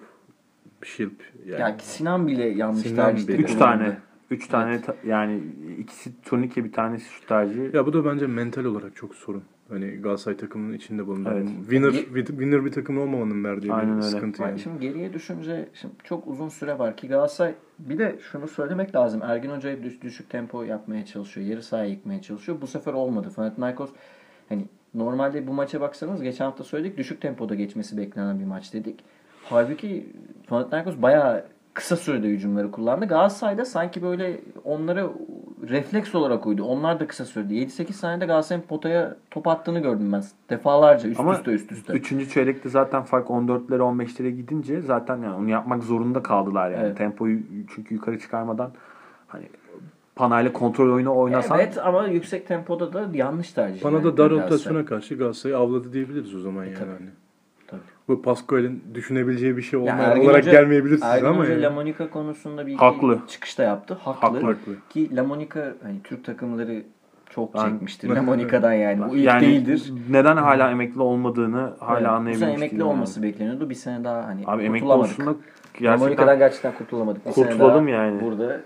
Şilp yani Sinan bile yanlış Sinan tercihte bile. 3 tane. 3 tane yani ikisi turnike bir tanesi şut tercihi. Ya bu da bence mental olarak çok sorun. Hani Galatasaray takımının içinde bulunduğu. Evet. Winner bir takım olmamanın verdiği Aynen bir öyle. sıkıntı yani. Şimdi geriye düşünce şimdi çok uzun süre var ki Galatasaray bir de şunu söylemek lazım. Ergin Hoca düşük tempo yapmaya çalışıyor. Yarı sahaya yıkmaya çalışıyor. Bu sefer olmadı. Panathinaikos hani normalde bu maça baksanız geçen hafta söyledik düşük tempoda geçmesi beklenen bir maç dedik. Halbuki Panathinaikos bayağı kısa sürede hücumları kullandı. Galatasaray'da sanki böyle onları refleks olarak uydu. Onlar da kısa sürede. 7-8 saniyede Galatasaray'ın potaya top attığını gördüm ben. Defalarca üst üste. 3. çeyrekte zaten fark 14'lere 15'lere gidince zaten yani onu yapmak zorunda kaldılar yani. Evet. Tempoyu çünkü yukarı çıkarmadan hani Panay'la kontrol oyunu oynasan. Evet ama yüksek tempoda da yanlış tercih. Pana'da dar rotasyona karşı Galatasaray'ı avladı diyebiliriz o zaman yani. Tabii. Hani. Tabii. Bu Pascual'in düşünebileceği bir şey olmayan Ergin olarak Hoca, gelmeyebilir size Ergin ama Hoca yani. La Monica konusunda bir Haklı. çıkışta yaptı. Haklı. Haklı. Ki La Monica hani Türk takımları çok Yani- çekmiştir La Monica'dan yani. Bu ilk yani değildir. neden hala emekli olmadığını hala Evet, bu anlayabilmiş sene emekli değilim olması bekleniyordu. Bir sene daha hani Abi emekli kurtulamadık. oluşunda La Monica'dan gerçekten gerçekten kurtulamadık. Bir sene kurtulalım daha yani. Burada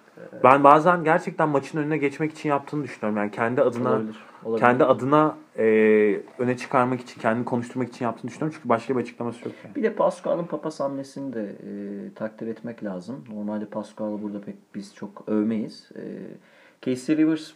Ben bazen gerçekten maçın önüne geçmek için yaptığını düşünüyorum. Yani kendi adına olabilir. kendi adına öne çıkarmak için, kendini konuşturmak için yaptığını düşünüyorum. Çünkü başka bir açıklaması yok yani. Bir de Pascual'ın Papas hamlesini de takdir etmek lazım. Normalde Pascual'ı burada pek biz çok övmeyiz. Casey Rivers,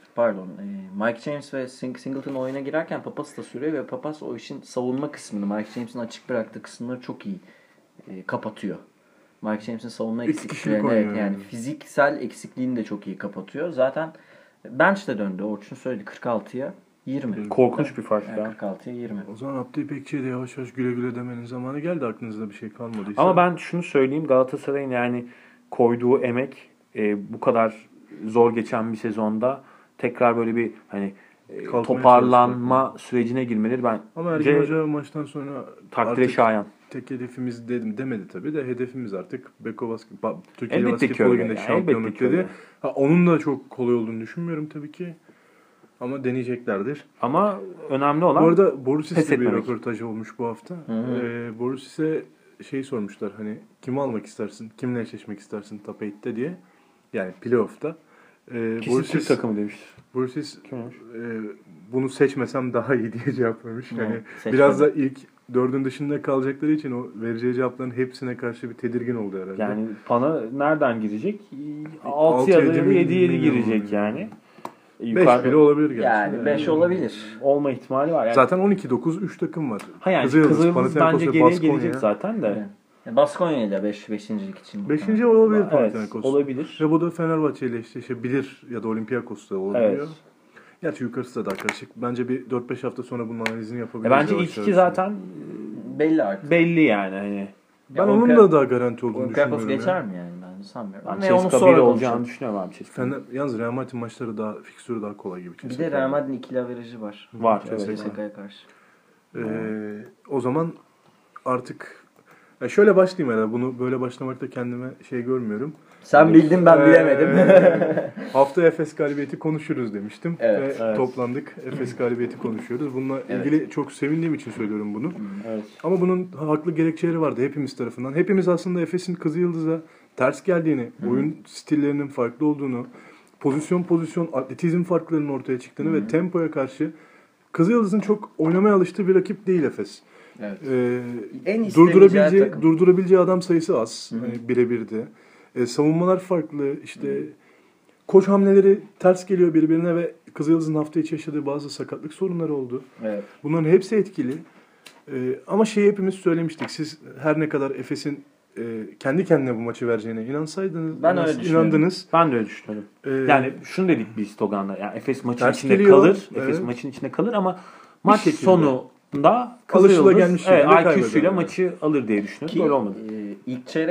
Mike James ve Singleton oyuna girerken Papas da sürüyor ve Papas o işin savunma kısmını, Mike James'in açık bıraktığı kısımları çok iyi kapatıyor. Mike James'in savunma İki kişilik eksikliklerini oynuyor evet, yani yani. fiziksel eksikliğini de çok iyi kapatıyor. Zaten bench'te döndü. Orçun söyledi 46'ya 20. Korkunç bir fark Yani ya. 46'ya 20. O zaman Abdü İpekçi'ye de yavaş yavaş güle güle demenin zamanı geldi, aklınızda bir şey kalmadıysa. Ama ben şunu söyleyeyim, Galatasaray'ın yani koyduğu emek bu kadar zor geçen bir sezonda tekrar böyle bir hani Kalkmaya toparlanma sürecine girmeleri Ama Ergin Hoca maçtan sonra takdire artık şayan. tek hedefimiz demedi tabii de hedefimiz artık Beko Türkiye Elbette ki Basketbol öyle Ligi'nde yani, şampiyonluk elbette ki dedi. öyle. Onun da çok kolay olduğunu düşünmüyorum tabii ki. Ama deneyeceklerdir. Ama önemli olan Bu arada pes Borusis'le bir etmemek. röportaj olmuş bu hafta. Borusis'e sormuşlar, hani kimi almak istersin, kimle eşleşmek istersin Top 8'te diye. Yani playoff'ta. kesin Türk takımı demiştir. Borussis Kim olmuş? bunu seçmesem daha iyi diye cevap vermiş. Evet, Yani seçmedim. biraz da ilk dördün dışında kalacakları için o vereceği cevapların hepsine karşı bir tedirgin oldu herhalde. Yani Pana nereden girecek? 6 Altı, ya da yedi 7 milyon girecek yani. 5 bile olabilir gerçi. Yani 5 olabilir. olma ihtimali var. Yani, Zaten 12-9 3 takım var. ha yani Kızılyıldız, Kızılyıldız Panathinaikos bence ve geriye Baskonya. gelecek zaten de. Yani Baskonya ile 5.'lik için. 5. olabilir Evet, Panathinaikos. olabilir. Ve bu da Fenerbahçe ile eşleşebilir ya da Olympiakos'ta olabiliyor. Evet. Gerçi yukarısı da daha karışık. Bence bir 4-5 hafta sonra bunun analizini yapabiliriz. Bence yavaş ilk yavaş. iki zaten Belli artık. belli yani. Hani. Ben onun da daha garanti olduğunu Olympiakos düşünüyorum. geçer ya. mi yani? Ben sanmıyorum. Ben Ama onu Ceska sonra 1 olacağını konuşalım. düşünüyorum abi Ceska. Yalnız Real Madrid maçları daha, fikstürü daha kolay gibi. Bir de Real Madrid'in ikili averajı var. Var. Evet. CSK'ya karşı. O zaman artık şöyle başlayayım herhalde. Bunu böyle başlamakta kendime görmüyorum. Sen bildin ben bilemedim. Hafta Efes galibiyeti konuşuruz demiştim. Evet, Ve evet. toplandık. Efes galibiyeti konuşuyoruz. Bununla ilgili çok sevindiğim için söylüyorum bunu. Evet. Ama bunun haklı gerekçeleri vardı hepimiz tarafından. Hepimiz aslında Efes'in Kızılyıldız'a ters geldiğini, oyun stillerinin farklı olduğunu, pozisyon atletizm farklarının ortaya çıktığını ve tempoya karşı Kızılyıldız'ın çok oynamaya alıştığı bir rakip değil Efes. Evet. En istemeyeceği takım. Durdurabileceği adam sayısı az. Hani birebirde. Savunmalar farklı. İşte koş hamleleri ters geliyor birbirine ve Kızılyıldız'ın hafta içi yaşadığı bazı sakatlık sorunları oldu. Evet. Bunların hepsi etkili. Ama hepimiz söylemiştik. Siz her ne kadar Efes'in kendi kendine bu maçı vereceğine inansaydınız, Ben öyle düşünüyorum. inandınız. Ben de öyle düşünüyorum. Yani şunu dedik biz Togan'da. Yani Efes maçın Ters içinde geliyor, kalır. evet. Efes maçın içinde kalır ama maç şekilde. sonunda Alışılagelmiş Kızılyıldız şekilde IQ'suyla kaybeder. maçı alır diye düşünüyorum. Ki Böyle olmadı. ilk çeyrek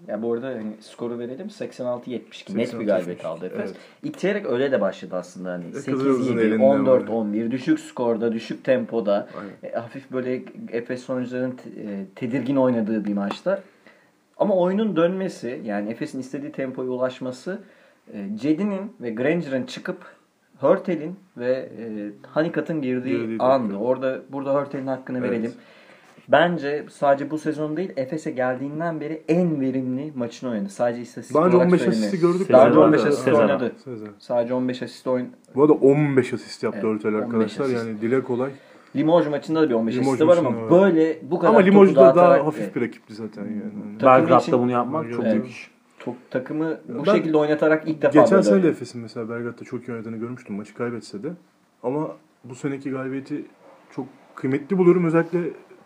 Ya bu arada hani skoru verelim. 86-72 net bir 86-72. galibiyet aldı Efes. Evet. İlk çeyrek öyle de başladı aslında. Hani Kızıldız'ın 8-7, elinde 14-11 düşük skorda, düşük tempoda. Aynen. Hafif böyle Efes sonuçlarının tedirgin oynadığı bir maçta. Ama oyunun dönmesi, yani Efes'in istediği tempoya ulaşması, Cedi'nin ve Granger'ın çıkıp Hurtel'in ve Honeycutt'ın girdiği andı. Burada Hurtel'in hakkını verelim. Bence sadece bu sezon değil, Efes'e geldiğinden beri en verimli maçını oynadı. Sadece istatistik Daha önce olarak 15 asisti gördük. Daha önce Sezon 15 da- asist sezon. oynadı. Sezon. Sadece 15 asist oynadı. Bu arada 15 asist yaptı Evet, Hurtel 15 arkadaşlar. asist. Yani dile kolay. Limoges maçında da bir 15 Limoges asisti var ama maçında var. böyle bu kadar Ama topu Limoges'da daha dağıtarak, hafif bir rakipti zaten yani. Takım Belgrad'da için- bunu yapmak çok Evet. büyük iş. takımı bu Ben şekilde oynatarak ilk defa Geçen böyle sene de oynadı. Efes'in mesela Belgrad'da çok iyi oynadığını görmüştüm maçı kaybetse de. Ama bu seneki galibiyeti çok kıymetli buluyorum. Özellikle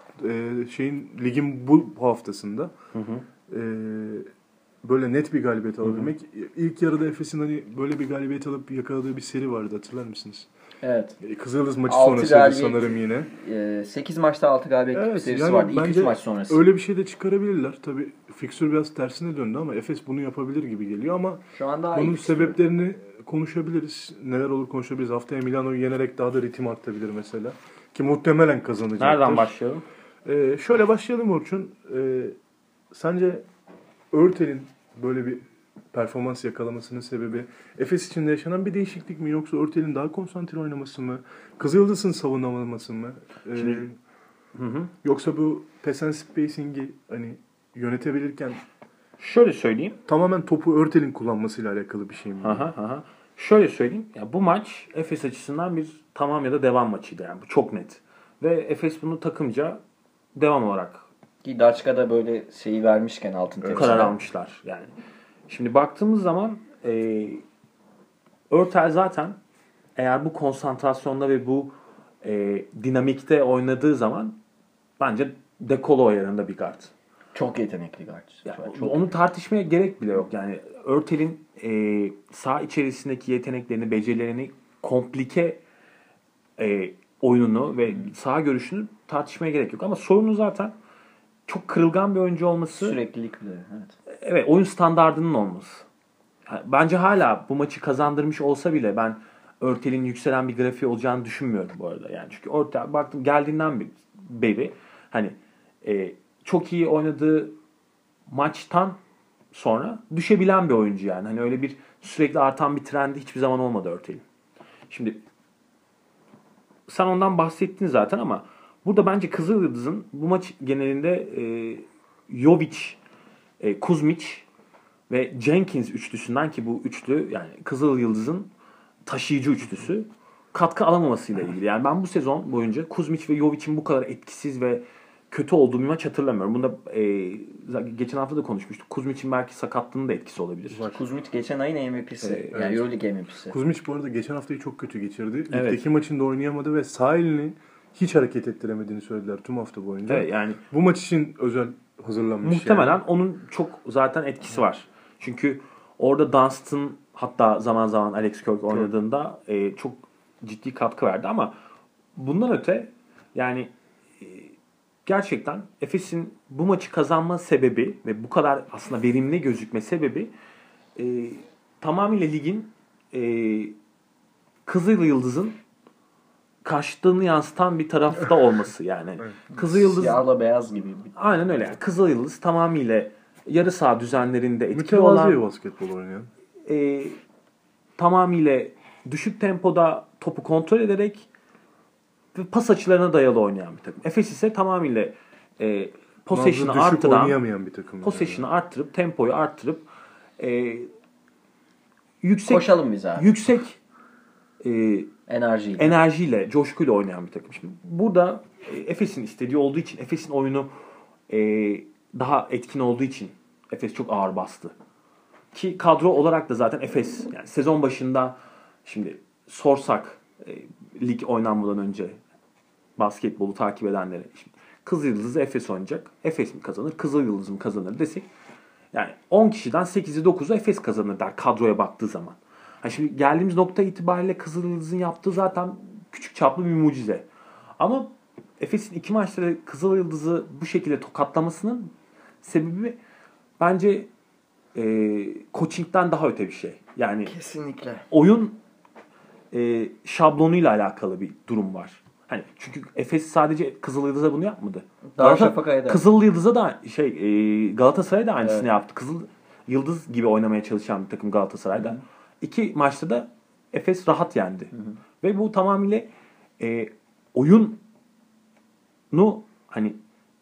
ligin bu haftasında. Böyle net bir galibiyet alabilmek. İlk yarıda Efes'in hani böyle bir galibiyet alıp yakaladığı bir seri vardı, hatırlar mısınız? Evet. Kızıldız maçı 6 sonrasıydı galibiyet. sanırım yine. 8 maçta 6 galibiyetlik bir Evet, serisi yani vardı. İlk 3 bence maç sonrası. öyle bir şey de çıkarabilirler. Tabii fiksür biraz tersine döndü ama Efes bunu yapabilir gibi geliyor ama Şu an daha bunun iyi. sebeplerini konuşabiliriz. Neler olur konuşabiliriz. Haftaya Milano'yu yenerek daha da ritim artabilir mesela. Ki muhtemelen kazanacaktır. Nereden başlayalım? Şöyle başlayalım Orçun. Sence Örtel'in böyle bir performans yakalamasının sebebi Efes içinde yaşanan bir değişiklik mi, yoksa Örtel'in daha konsantre oynaması mı? Kızıldız'ın savunamaması mı? Yoksa bu pass and spacing'i hani yönetebilirken Şöyle söyleyeyim. tamamen topu Örtel'in kullanmasıyla alakalı bir şey mi? Şöyle söyleyeyim. Ya bu maç Efes açısından bir tamam ya da devam maçıydı yani. Bu çok net. Ve Efes bunu takımca devam olarak Ki Daçka'da böyle şeyi vermişken altın tepside. karar almışlar yani. Şimdi baktığımız zaman Örtel zaten eğer bu konsantrasyonda ve bu dinamikte oynadığı zaman bence dekolo ayarında bir guard. Çok yetenekli guard. Yani Çok onu tartışmaya gerek bile yok. Yani Örtel'in saha içerisindeki yeteneklerini, becerilerini, komplike oyununu ve saha görüşünü tartışmaya gerek yok. Ama sorunu zaten çok kırılgan bir oyuncu olması. süreklilik bile. Evet. Evet, oyun standardının olması. Yani bence hala bu maçı kazandırmış olsa bile ben Örtel'in yükselen bir grafiği olacağını düşünmüyorum bu arada. Yani çünkü Örtel baktım geldiğinden beri hani çok iyi oynadığı maçtan sonra düşebilen bir oyuncu yani. Hani öyle bir sürekli artan bir trendi hiçbir zaman olmadı Örtel'in. Şimdi sen ondan bahsettin zaten ama burada bence Kızılyıldız'ın bu maç genelinde Jovic, Kuzmic ve Jenkins üçlüsünden, ki bu üçlü yani Kızılyıldız'ın taşıyıcı üçlüsü, katkı alamamasıyla ilgili. Yani ben bu sezon boyunca Kuzmic ve Jovic'in bu kadar etkisiz ve kötü olduğu bir maç hatırlamıyorum. Bunda geçen hafta da konuşmuştuk. Kuzmic'in belki sakatlığının da etkisi olabilir. Kuzmic geçen ayın MVP'si. Yani evet. Euroleague MVP'si. Kuzmic bu arada geçen haftayı çok kötü geçirdi. Evet. Ligdeki maçında oynayamadı ve sağ elini hiç hareket ettiremediğini söylediler tüm hafta boyunca. Evet, yani Bu maç için özel hazırlanmış. muhtemelen yani. onun çok zaten etkisi var. Çünkü orada Dunstan, hatta zaman zaman Alex Kirk oynadığında çok ciddi katkı verdi ama bundan öte yani gerçekten Efes'in bu maçı kazanma sebebi ve bu kadar aslında verimli gözükme sebebi tamamıyla ligin Kızılyıldız'ın karşıtlığını yansıtan bir tarafta olması yani. Evet. Kızılyıldız Siyahla beyaz gibi. aynen öyle. Yani Kızılyıldız tamamıyla yarı saha düzenlerinde etkili olan, Mütevazi basketbol oynayan. tamamıyla düşük tempoda topu kontrol ederek ve pas açılarına dayalı oynayan bir takım. Efes ise tamamıyla possession'ı Nabzı düşük arttıran, oynayamayan bir takım. possession'ı arttırıp tempoyu arttırıp yüksek Koşalım biz abi. yüksek Enerjiyle. enerjiyle, coşkuyla oynayan bir takım. Şimdi burada Efes'in istediği olduğu için, Efes'in oyunu daha etkin olduğu için Efes çok ağır bastı. Ki kadro olarak da zaten Efes yani sezon başında şimdi sorsak lig oynanmadan önce basketbolu takip edenlere, şimdi Kızılyıldız'ı Efes oynayacak. Efes mi kazanır, Kızılyıldız mı kazanır desek yani 10 kişiden 8'i 9'u Efes kazanır der kadroya baktığı zaman. Yani şimdi geldiğimiz nokta itibariyle Kızılyıldız'ın yaptığı zaten küçük çaplı bir mucize. Ama Efes'in 2 maçta Kızılyıldız'ı bu şekilde tokatlamasının sebebi bence coaching'den daha öte bir şey. Yani Kesinlikle. oyun şablonuyla alakalı bir durum var. Hani çünkü Efes sadece Kızılyıldız'a bunu yapmadı. Darüşşafaka'ya da. Kızılyıldız'a da Galatasaray'a da aynısını yaptı. Yıldız gibi oynamaya çalışan bir takım Galatasaray'da. 2 maçta da Efes rahat yendi. Ve bu tamamıyla oyunu hani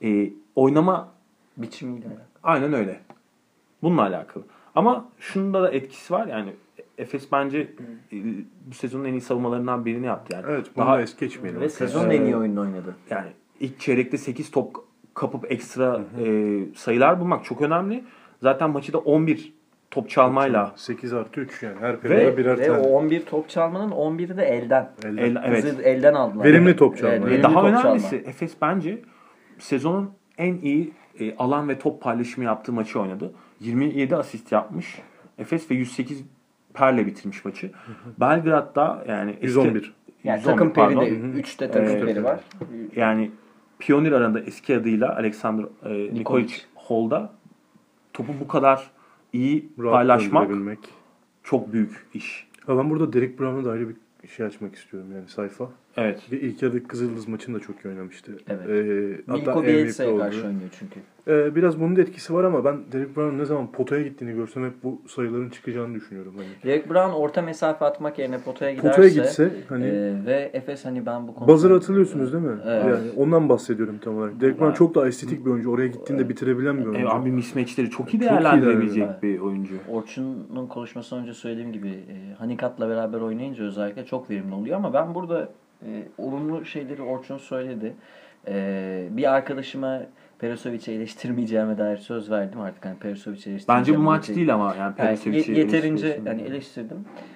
oynama Biçimiyle alakalı. aynen öyle. Bununla alakalı. Ama şunda da etkisi var yani Efes bence bu sezonun en iyi savunmalarından birini yaptı yani. Evet, bunu da es geçmeyelim. Ve sezonun en iyi oyununu oynadı. Yani ilk çeyrekte 8 top kapıp ekstra sayılar bulmak çok önemli. Zaten maçı da 11 top çalmayla 8+3 yani her periyoda birer Ve tane. o 11 top çalmanın 11'i de elden. evet. Elden aldılar. Verimli top çalma. verimli Daha top önemlisi çalma. Efes bence sezonun en iyi alan ve top paylaşımı yaptığı maçı oynadı. 27 asist yapmış. Efes ve 108 perle bitirmiş maçı. Belgrad'da yani 111. Yani 111, takım pardon. peri de 3'te takım peri var. Yani Pionir arasında eski adıyla Alexander Nikolic Hall'da topu bu kadar iyi Rahat paylaşmak döndürebilmek. çok büyük iş. Ha, ben burada Derek Brown'a da ayrı bir şey açmak istiyorum yani sayfa. Evet. İlk yarıdaki Kızıldız maçında çok iyi oynamıştı. Evet. Hatta Milko MVP Bielsa'ya oldu. karşı oynuyor çünkü. Biraz bunun da etkisi var ama ben Derek Brown'un ne zaman potaya gittiğini görsem hep bu sayıların çıkacağını düşünüyorum. Hani. Derek Brown orta mesafe atmak yerine potaya giderse Potaya gitse hani ve Efes hani ben bu konuda... Buzzer'ı hatırlıyorsunuz değil mi? Evet. Yani ondan bahsediyorum tam olarak. Derek Brown çok daha estetik bir oyuncu. Oraya gittiğinde bitirebilen bir oyuncu. Abi mismatchleri çok iyi Çok iyi değerlendirebilecek değerlendirdi. bir oyuncu. Orçun'un konuşmasından önce söylediğim gibi Hanikat'la beraber oynayınca özellikle çok verimli oluyor ama ben burada olumlu şeyleri Orçun söyledi. Bir arkadaşıma Perisovic'i eleştirmeyeceğime dair söz verdim artık. Hani Perisovic'i eleştirmeyeceğim. Bence bu maç değil ama yani Perisovic'i yeterince hani eleştirdim.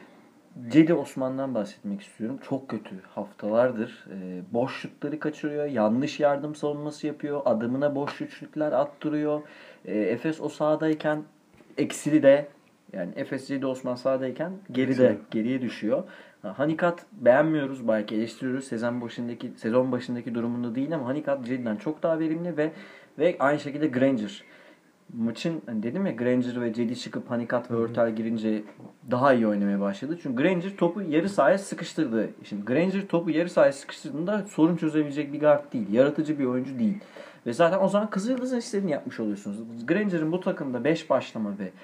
Cedi Osman'dan bahsetmek istiyorum. Çok kötü haftalardır. Boş şutları kaçırıyor. Yanlış yardım savunması yapıyor. Adımına boş üçlükler attırıyor. Efes o sahadayken eksili de yani Efes Cedi Osman sahadayken geriye düşüyor. Hanikat beğenmiyoruz, belki eleştiriyoruz. Sezon başındaki durumunda değil ama Hanikat Cedi'den çok daha verimli ve aynı şekilde Granger. Maçın hani dedim ya Granger ve Cedi çıkıp Hanikat ve Örtel girince daha iyi oynamaya başladı. Çünkü Granger topu yarı sahaya sıkıştırdı. Şimdi Granger topu yarı sahaya sıkıştırdığında sorun çözebilecek bir guard değil. Yaratıcı bir oyuncu değil. Ve zaten o zaman Kızılyıldız'ın istediğini yapmış oluyorsunuz. Granger'ın bu takımda 5 başlama ve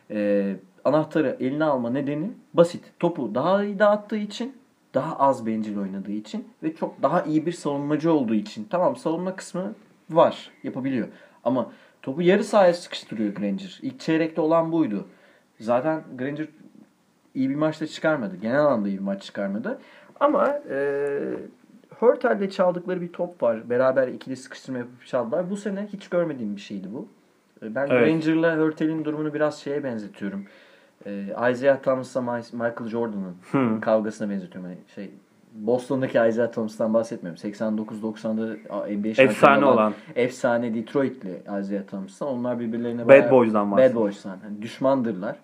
anahtarı eline alma nedeni basit. Topu daha iyi dağıttığı için, daha az bencil oynadığı için ve çok daha iyi bir savunmacı olduğu için. Tamam, savunma kısmı var, yapabiliyor. Ama topu yarı sahaya sıkıştırıyor Granger. İlk çeyrekte olan buydu. Zaten Granger iyi bir maçta çıkarmadı. Genel anlamda iyi bir maç çıkarmadı. Ama Hurtel'de çaldıkları bir top var. Beraber ikili sıkıştırma yapıp çaldılar. Bu sene hiç görmediğim bir şeydi bu. Ben Granger'la Hurtel'in durumunu biraz şeye benzetiyorum. Isaiah Thomas'la Michael Jordan'ın kavgasına benzetiyorum. Yani Boston'daki Isaiah Thomas'tan bahsetmiyorum. 89-90'da NBA şampiyonu efsane olan. Efsane Detroit'li Isaiah Thomas'tan. Onlar birbirlerine Bad Boys'dan bahsediyor. Bad Boys'tan. Yani düşmandırlar.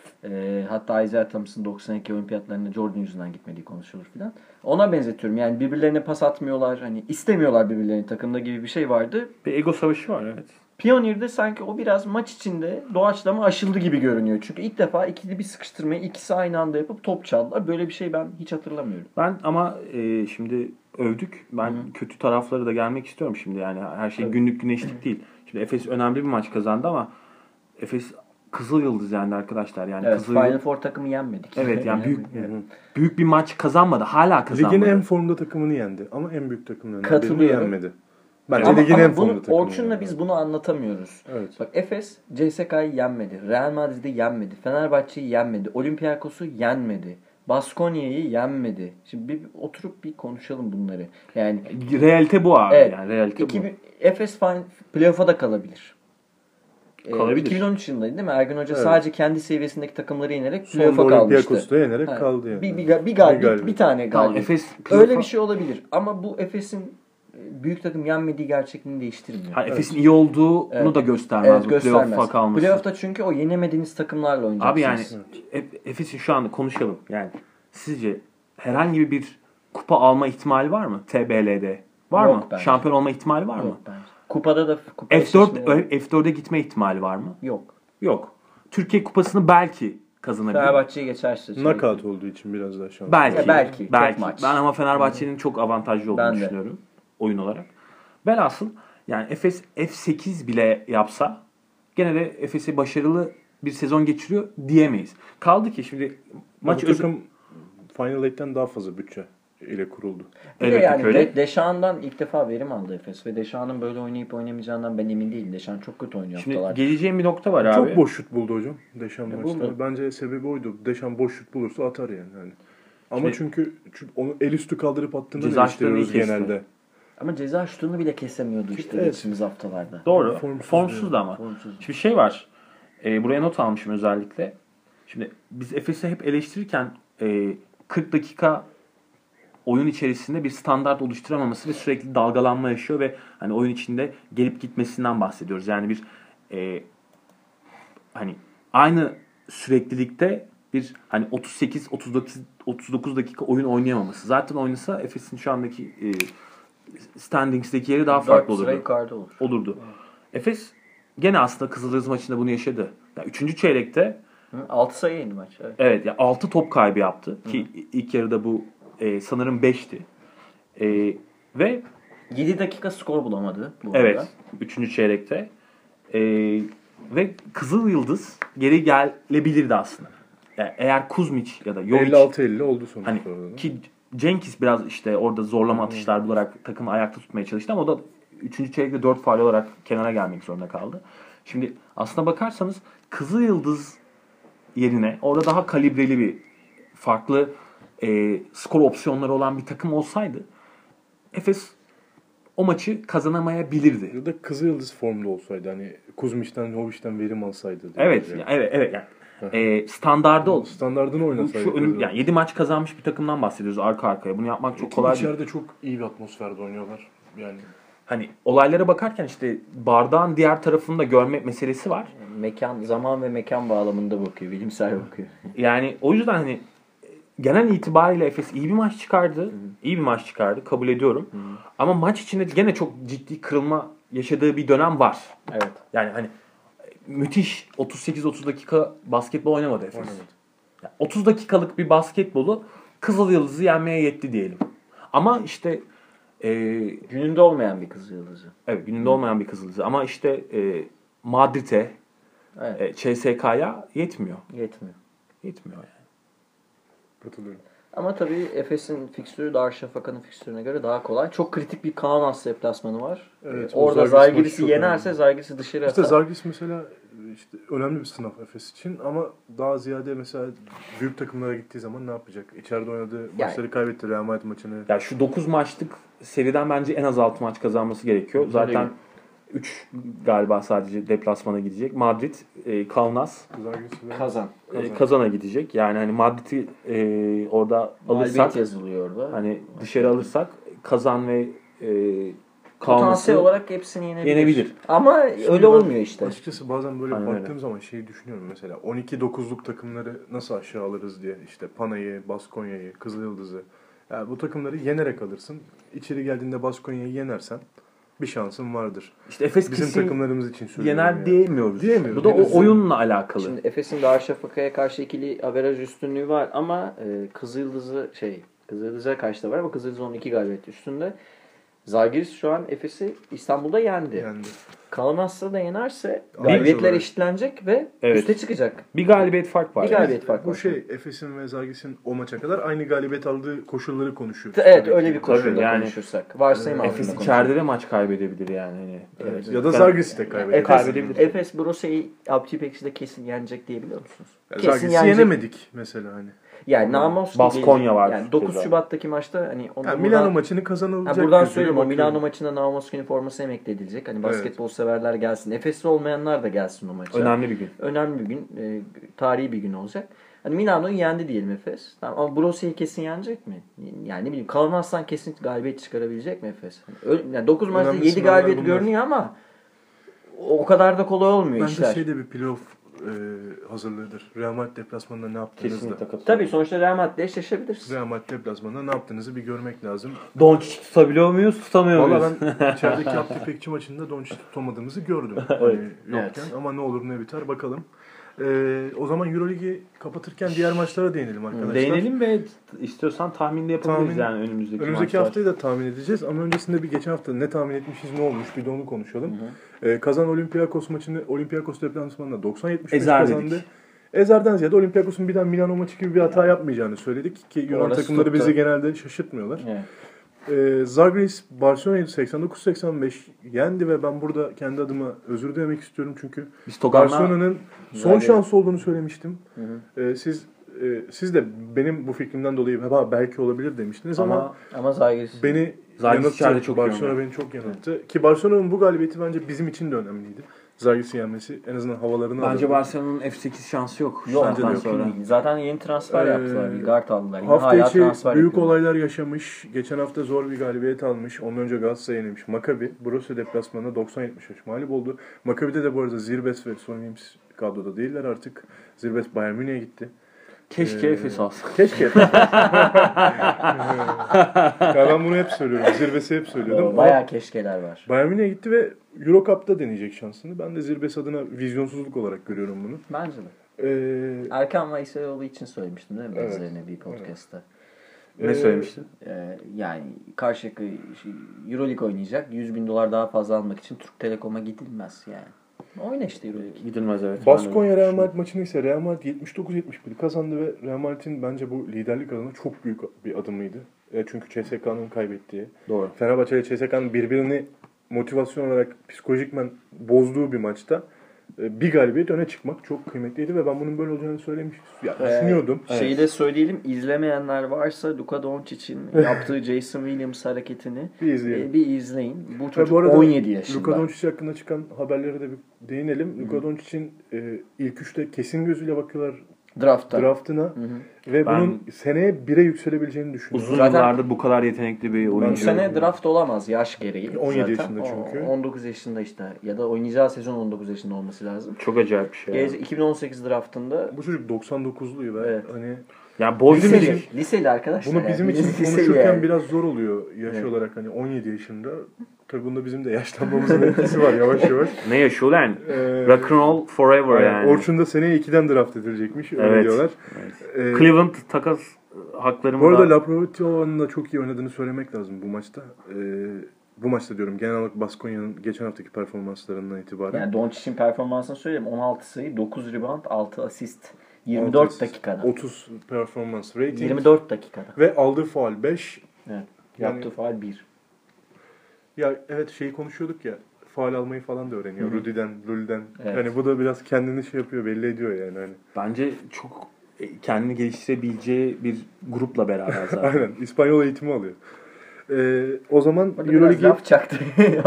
Hatta Isaiah Thomas'ın 92 olimpiyatlarına Jordan yüzünden gitmediği konuşulur filan. Ona benzetiyorum. Yani birbirlerine pas atmıyorlar. Hani istemiyorlar birbirlerini takımda gibi bir şey vardı. Bir ego savaşı var, evet. Pionier'de sanki o biraz maç içinde doğaçlama aşıldı gibi görünüyor. Çünkü ilk defa ikili bir sıkıştırmayı ikisi aynı anda yapıp top çaldılar. Böyle bir şey ben hiç hatırlamıyorum. Ben ama şimdi övdük. Ben kötü tarafları da gelmek istiyorum şimdi. Yani her şey günlük güneşlik değil. Şimdi Efes önemli bir maç kazandı ama Efes Kızılyıldız yani arkadaşlar. Yani evet, Final Four takımı yenmedik. Evet yani büyük bir maç kazanmadı. Hala kazanmadı. Ligin en formda takımını yendi ama en büyük takımlarından birini yenmedi. Bence ama, ligin en formda takımı. Orçun'la biz bunu anlatamıyoruz. Evet. Bak Efes CSK'yı yenmedi. Real Madrid'i yenmedi. Fenerbahçe'yi yenmedi. Olympiakos'u yenmedi. Baskonya'yı yenmedi. Şimdi bir oturup bir konuşalım bunları. Yani realite bu abi. Evet, yani realite bu. Efes playoff'a da kalabilir. Kalabilir. 2013 yılındaydı değil mi? Ergin Hoca sadece kendi seviyesindeki takımları yenerek playoff'a kalmıştı. Olympiakos'ta yenerek kaldı yani. Bir tane galibiyet. Efes öyle bir şey olabilir. Ama bu Efes'in büyük takım yenmediği gerçekliğini değiştirmiyor. Efes'in iyi olduğunu da göstermez bu playoff'a kalması. Playoff'ta çünkü o yenemediğiniz takımlarla oynayacaksınız. Abi yani Efes'in şu anda konuşalım. Yani sizce herhangi bir kupa alma ihtimali var mı TBL'de? Var yok mı? Bence. Şampiyon olma ihtimali var mı? Yok bence. Kupada da F4'e gitme ihtimali var mı? Yok. Yok. Türkiye Kupası'nı belki kazanabilir. Fenerbahçe'yi geçerse. Knockout olduğu için biraz daha şanslı. Belki. Ya belki. Tek maç. Ben ama Fenerbahçe'nin çok avantajlı olduğunu Ben de. düşünüyorum. Oyun olarak. Velhasıl yani Efes F8 bile yapsa gene de Efes'e başarılı bir sezon geçiriyor diyemeyiz. Kaldı ki şimdi maç Bu takım Final 8'ten daha fazla bütçe ile kuruldu. Bir de elbette yani öyle. Deschamps' ilk defa verim aldı Efes ve Deschamps' böyle oynayıp oynamayacağından ben emin değilim. Deschamps çok kötü oynuyor Şimdi haftalardır. geleceğim bir nokta var abi. Çok boş şut buldu hocam Deschamps buldu. maçta. Bence sebebi oydu. Deschamps boş şut bulursa atar yani. Ama Şimdi- çünkü onu el üstü kaldırıp attığında Ceza eleştiriyoruz şutlarını kesti. genelde. Ama ceza şutunu bile kesemiyordu işte Evet. geçtiğimiz haftalarda. Doğru. Formsuz Formsuz da ama. Formsuz. Şimdi şey var. Buraya not almışım özellikle. Şimdi biz Efes'i hep eleştirirken 40 dakika oyun içerisinde bir standart oluşturamaması ve sürekli dalgalanma yaşıyor ve hani oyun içinde gelip gitmesinden bahsediyoruz. Yani bir hani aynı süreklilikte bir hani 38-39 dakika oyun oynayamaması. Zaten oynasa Efes'in şu andaki standings'teki yeri daha farklı 4 sıra olurdu. yukarıda olur. Olurdu. Efes gene aslında Kızıldız maçında bunu yaşadı. Ya 3. çeyrekte 6 sayı indi maç. Evet. evet ya 6 top kaybı yaptı ki ilk yarıda bu sanırım 5'ti. Ve 7 dakika skor bulamadı bu arada. evet 3. çeyrekte ve Kızıl Yıldız geri gelebilirdi aslında. Yani eğer Kuzmic ya da Jovic 56-50 oldu sonuçta. hani orada. ki Jenkins biraz işte orada zorlama atışlar bularak takımı ayakta tutmaya çalıştı ama o da 3. çeyrekte 4 faul olarak kenara gelmek zorunda kaldı. Şimdi aslına bakarsanız Kızıl Yıldız yerine orada daha kalibreli bir farklı skor opsiyonları olan bir takım olsaydı Efes o maçı kazanamayabilirdi. Ya da Kızılyıldız formda olsaydı hani Kuzmiç'ten, Jovic'ten verim alsaydı. Evet, Yani. evet yani standardı ol. Standardını oynasaydı. Yani 7 maç kazanmış bir takımdan bahsediyoruz arka arkaya. Bunu yapmak çok kolay değil. İçeride çok iyi bir atmosferde oynuyorlar. Yani Hani olaylara bakarken işte bardağın diğer tarafını da görme meselesi var. Mekan, zaman ve mekan bağlamında bakıyor. Bilimsel bakıyor. Yani o yüzden hani genel itibariyle Efes iyi bir maç çıkardı. İyi bir maç çıkardı. Kabul ediyorum. Ama maç içinde gene çok ciddi kırılma yaşadığı bir dönem var. Evet. Yani hani müthiş 38-30 dakika basketbol oynamadı Efes. oynamadı. Yani 30 dakikalık bir basketbolu Kızıl Yıldız'ı yenmeye yetti diyelim. Ama işte Gününde olmayan bir Kızıl Yıldızı. evet gününde olmayan bir Kızıl Yıldız. Ama işte Madrid'e, Evet. CSK'ya yetmiyor. Yetmiyor. Yetmiyor yani. Katılıyorum. Ama tabii Efes'in fikstürü Darüşşafaka'nın fikstürüne göre daha kolay. Çok kritik bir Kaunas deplasmanı var. Evet, o Orada Zalgiris maçı Zalgiris'i çok yenerse önemli. Zalgiris'i dışarı İşte atar. Zalgiris mesela işte önemli bir sınav Efes için ama daha ziyade mesela büyük takımlara gittiği zaman ne yapacak? İçeride oynadığı maçları kaybetti, Real Madrid maçını. Ya şu 9 maçlık seriden bence en az 6 maç kazanması gerekiyor. Zaten 3 galiba sadece deplasmana gidecek. Madrid, Kaunas, Zalgiris'le Kazan. Kazan'a gidecek. Yani hani Madrid'i orada alırsak Galibiyet yazılıyor orada. hani dışarı alırsak Kazan ve Potansiyel Kaunas'ı olarak hepsini yenebilir. yenebilir. Ama Şimdi öyle ben olmuyor işte. Açıkçası bazen böyle Aynen baktığım öyle. zaman şeyi düşünüyorum mesela 12-9'luk takımları nasıl aşağı alırız diye işte Panay'ı, Baskonya'yı, Kızılyıldız'ı. Yani bu takımları yenerek alırsın. İçeri geldiğinde Baskonya'yı yenersen bir şansın vardır. İşte Efes Bizim kesin takımlarımız için söylüyorum. yener yani. diyemiyoruz. Diyemiyoruz. Bu da Henüz. o oyunla alakalı. Şimdi Efes'in Darüşşafaka'ya karşı ikili averaj üstünlüğü var ama Kızılyıldız'a karşı da var ama Kızılyıldız 12 galibiyet üstünde. Zalgiris şu an Efes'i İstanbul'da yendi. Yani Kaunas'ta da yenerse Averaj galibiyetler olarak. eşitlenecek ve Evet. üste çıkacak. Bir galibiyet fark var. Bir galibiyet fark bu var. şey Efes'in ve Zalgiris'in o maça kadar aynı galibiyet aldığı koşulları konuşuyoruz. Evet Tabii öyle ki. bir koşulda yani- konuşursak. Varsayım altında Efes konuşursak. içeride de maç kaybedebilir yani. Hani. Evet. Ya da Zalgiris'i de kaybeder. Kaybedebilir. Efes Brose'yi Aptipex'de kesin yenecek diyebiliyor musunuz? Ya Kesin Zalgiris'i yenecek. yenemedik mesela hani. Yani Namoski Baskonya var. Yani 9 Keza. Şubat'taki maçta hani onu Yani buradan, Milano maçını kazanılacak. buradan gözüyle söyleyeyim o bakıyorum. Milano maçında Namoski'nin forması emekli edilecek. Hani basketbol severler gelsin. Efesli olmayanlar da gelsin o maça. Önemli bir gün. Önemli bir gün. Tarihi bir gün olacak. Hani Milano'yu yendi diyelim Efes. Tamam, ama Brose'yi kesin yenecek mi? Yani ne bileyim Kaunas'tan kesin galibiyet çıkarabilecek mi Efes? Yani 9 maçta Önemli 7 sınavlar galibiyet bunlar. görünüyor ama o kadar da kolay olmuyor Bence işler. şeyde bir playoff hazırlığıdır. Real Madrid deplasmanında ne yaptığınızda. Kesinlikle katılıyorum. Tabii sonuçta Real Madrid'le eşleşebiliriz. Real Madrid deplasmanında ne yaptığınızı bir görmek lazım. Doncic tutabiliyor muyuz, tutamıyor muyuz? Valla ben içerideki Abdü İpekçi maçında Doncic tutamadığımızı gördüm. Hani yokken Evet. ama ne olur ne biter bakalım. O zaman Euroligi kapatırken diğer maçlara değinelim arkadaşlar. Değinelim ve istiyorsan tahmin de yapabiliriz Tahmin- yani önümüzdeki Önümüzdeki maçlar. haftayı da tahmin edeceğiz ama öncesinde bir geçen hafta ne tahmin etmişiz, ne olmuş bir de onu konuşalım. Kazan Olympiakos maçını Olympiakos deplasmanında 90-75 Ezer kazandı. dedik. Ezer'den ziyade Olympiakos'un bir daha Milano maçı gibi bir hata yapmayacağını söyledik ki Yunan Orası takımları tuttu. bizi genelde şaşırtmıyorlar. Evet. Zagreus Barcelona'yı 89-85 yendi ve ben burada kendi adıma özür dilemek istiyorum çünkü Biz Togan'la Barcelona'nın son Zagreus. şansı olduğunu söylemiştim. Siz de benim bu fikrimden dolayı belki olabilir demiştiniz ama Ama Zagreus beni Zagreus içeride yanılttı. çok Barcelona iyi beni çok yanılttı. Ki Barcelona'nın bu galibiyeti bence bizim için de önemliydi. Zagreus'u yenmesi en azından havalarını bence alırdı. Barcelona'nın F8 şansı yok. Yok, Bence de yok. sonra. Zaten yeni transfer yaptılar. Bir guard aldılar. Yine Hafta hala içi transfer büyük yapıyorlar. olaylar yaşamış. Geçen hafta zor bir galibiyet almış. Ondan önce Galatasaray'ı yenilmiş. Maccabi Borussia deplasmanında 90-75 mağlup oldu. Maccabi'de de bu arada Zirbes ve Son James kadroda değiller artık. Zirbes Bayern Münih'e gitti. Keşke Efes alsa. Keşke. Ya ben bunu hep söylüyorum. Zirbes'i hep söylüyordum. Bayağı keşkeler var. Bayern Münih'e gitti ve Euro Cup'ta deneyecek şansını. Ben de Zirbes adına vizyonsuzluk olarak görüyorum bunu. Bence de. Ee, Erkan Veyseloğlu için söylemiştim değil mi? Evet. Benzerine bir podcast'ta. Ne söylemiştin? Yani Karşıyaka Euroleague oynayacak. $100.000 daha fazla almak için Türk Telekom'a gidilmez yani. Oyna işte Euroleague. Gidilmez evet. Baskonya Real Madrid maçını ise Real Madrid 79-71 kazandı ve Real Madrid'in bence bu liderlik adına çok büyük bir adımıydı. Çünkü CSKA'nın kaybettiği. Doğru. Fenerbahçe ile CSKA'nın birbirini motivasyon olarak psikolojikmen bozduğu bir maçta bir galibiyet öne çıkmak çok kıymetliydi ve ben bunun böyle olacağını düşünüyordum. Şeyi de söyleyelim. İzlemeyenler varsa Luka Doncic'in yaptığı Jason Williams hareketini bir izleyin. Bu çocuk bu arada 17 yaşında. Luka Doncic hakkında çıkan haberlere de bir değinelim. Luka Doncic'in ilk üçte kesin gözüyle bakıyorlar draftına ve bunun seneye 1'e yükselebileceğini düşünüyorum. Uzun Zaten- yıllardır bu kadar yetenekli bir Bu oyuncu. sene draft olamaz yaş gereği. 17 zaten. yaşında çünkü. 19 yaşında işte. Ya da oynayacağı sezon 19 yaşında olması lazım. Çok acayip bir şey. Gelecek 2018 draftında Bu çocuk 99'luyu ve Evet. hani Yani boy Bizim fiziği- için- liseli arkadaşlar. bunu bizim yani. için Liseli konuşurken yani. biraz zor oluyor yaş Evet. olarak hani 17 yaşında. Tabii bunda bizim de yaşlanmamızın etkisi var yavaş yavaş. ne yaşıyor lan? Ee, Rock and roll forever yani. Orçun da seneye 2'den draft edilecekmiş. Öyle Evet. diyorlar. Cleveland takas haklarımı Bu arada da... Laprovitova'nın da çok iyi oynadığını söylemek lazım bu maçta. Bu maçta diyorum genel olarak Baskonya'nın geçen haftaki performanslarından itibaren. Yani Doncic'in performansını söyleyeyim. 16 sayı, 9 rebound, 6 asist. 24 dakikada. 30 performans rating. 24 dakikada. Ve aldığı faul 5. Evet. Yani- Yaptığı faul 1. Ya evet şeyi konuşuyorduk ya. Faul almayı falan da öğreniyor. Rudy'den, Lully'den. Evet. Yani bu da biraz kendini şey yapıyor, belli ediyor yani. Hani. Bence çok kendini geliştirebileceği bir grupla beraber zaten. Aynen. İspanyol eğitimi alıyor. O zaman Biraz Euroligi laf çaktı.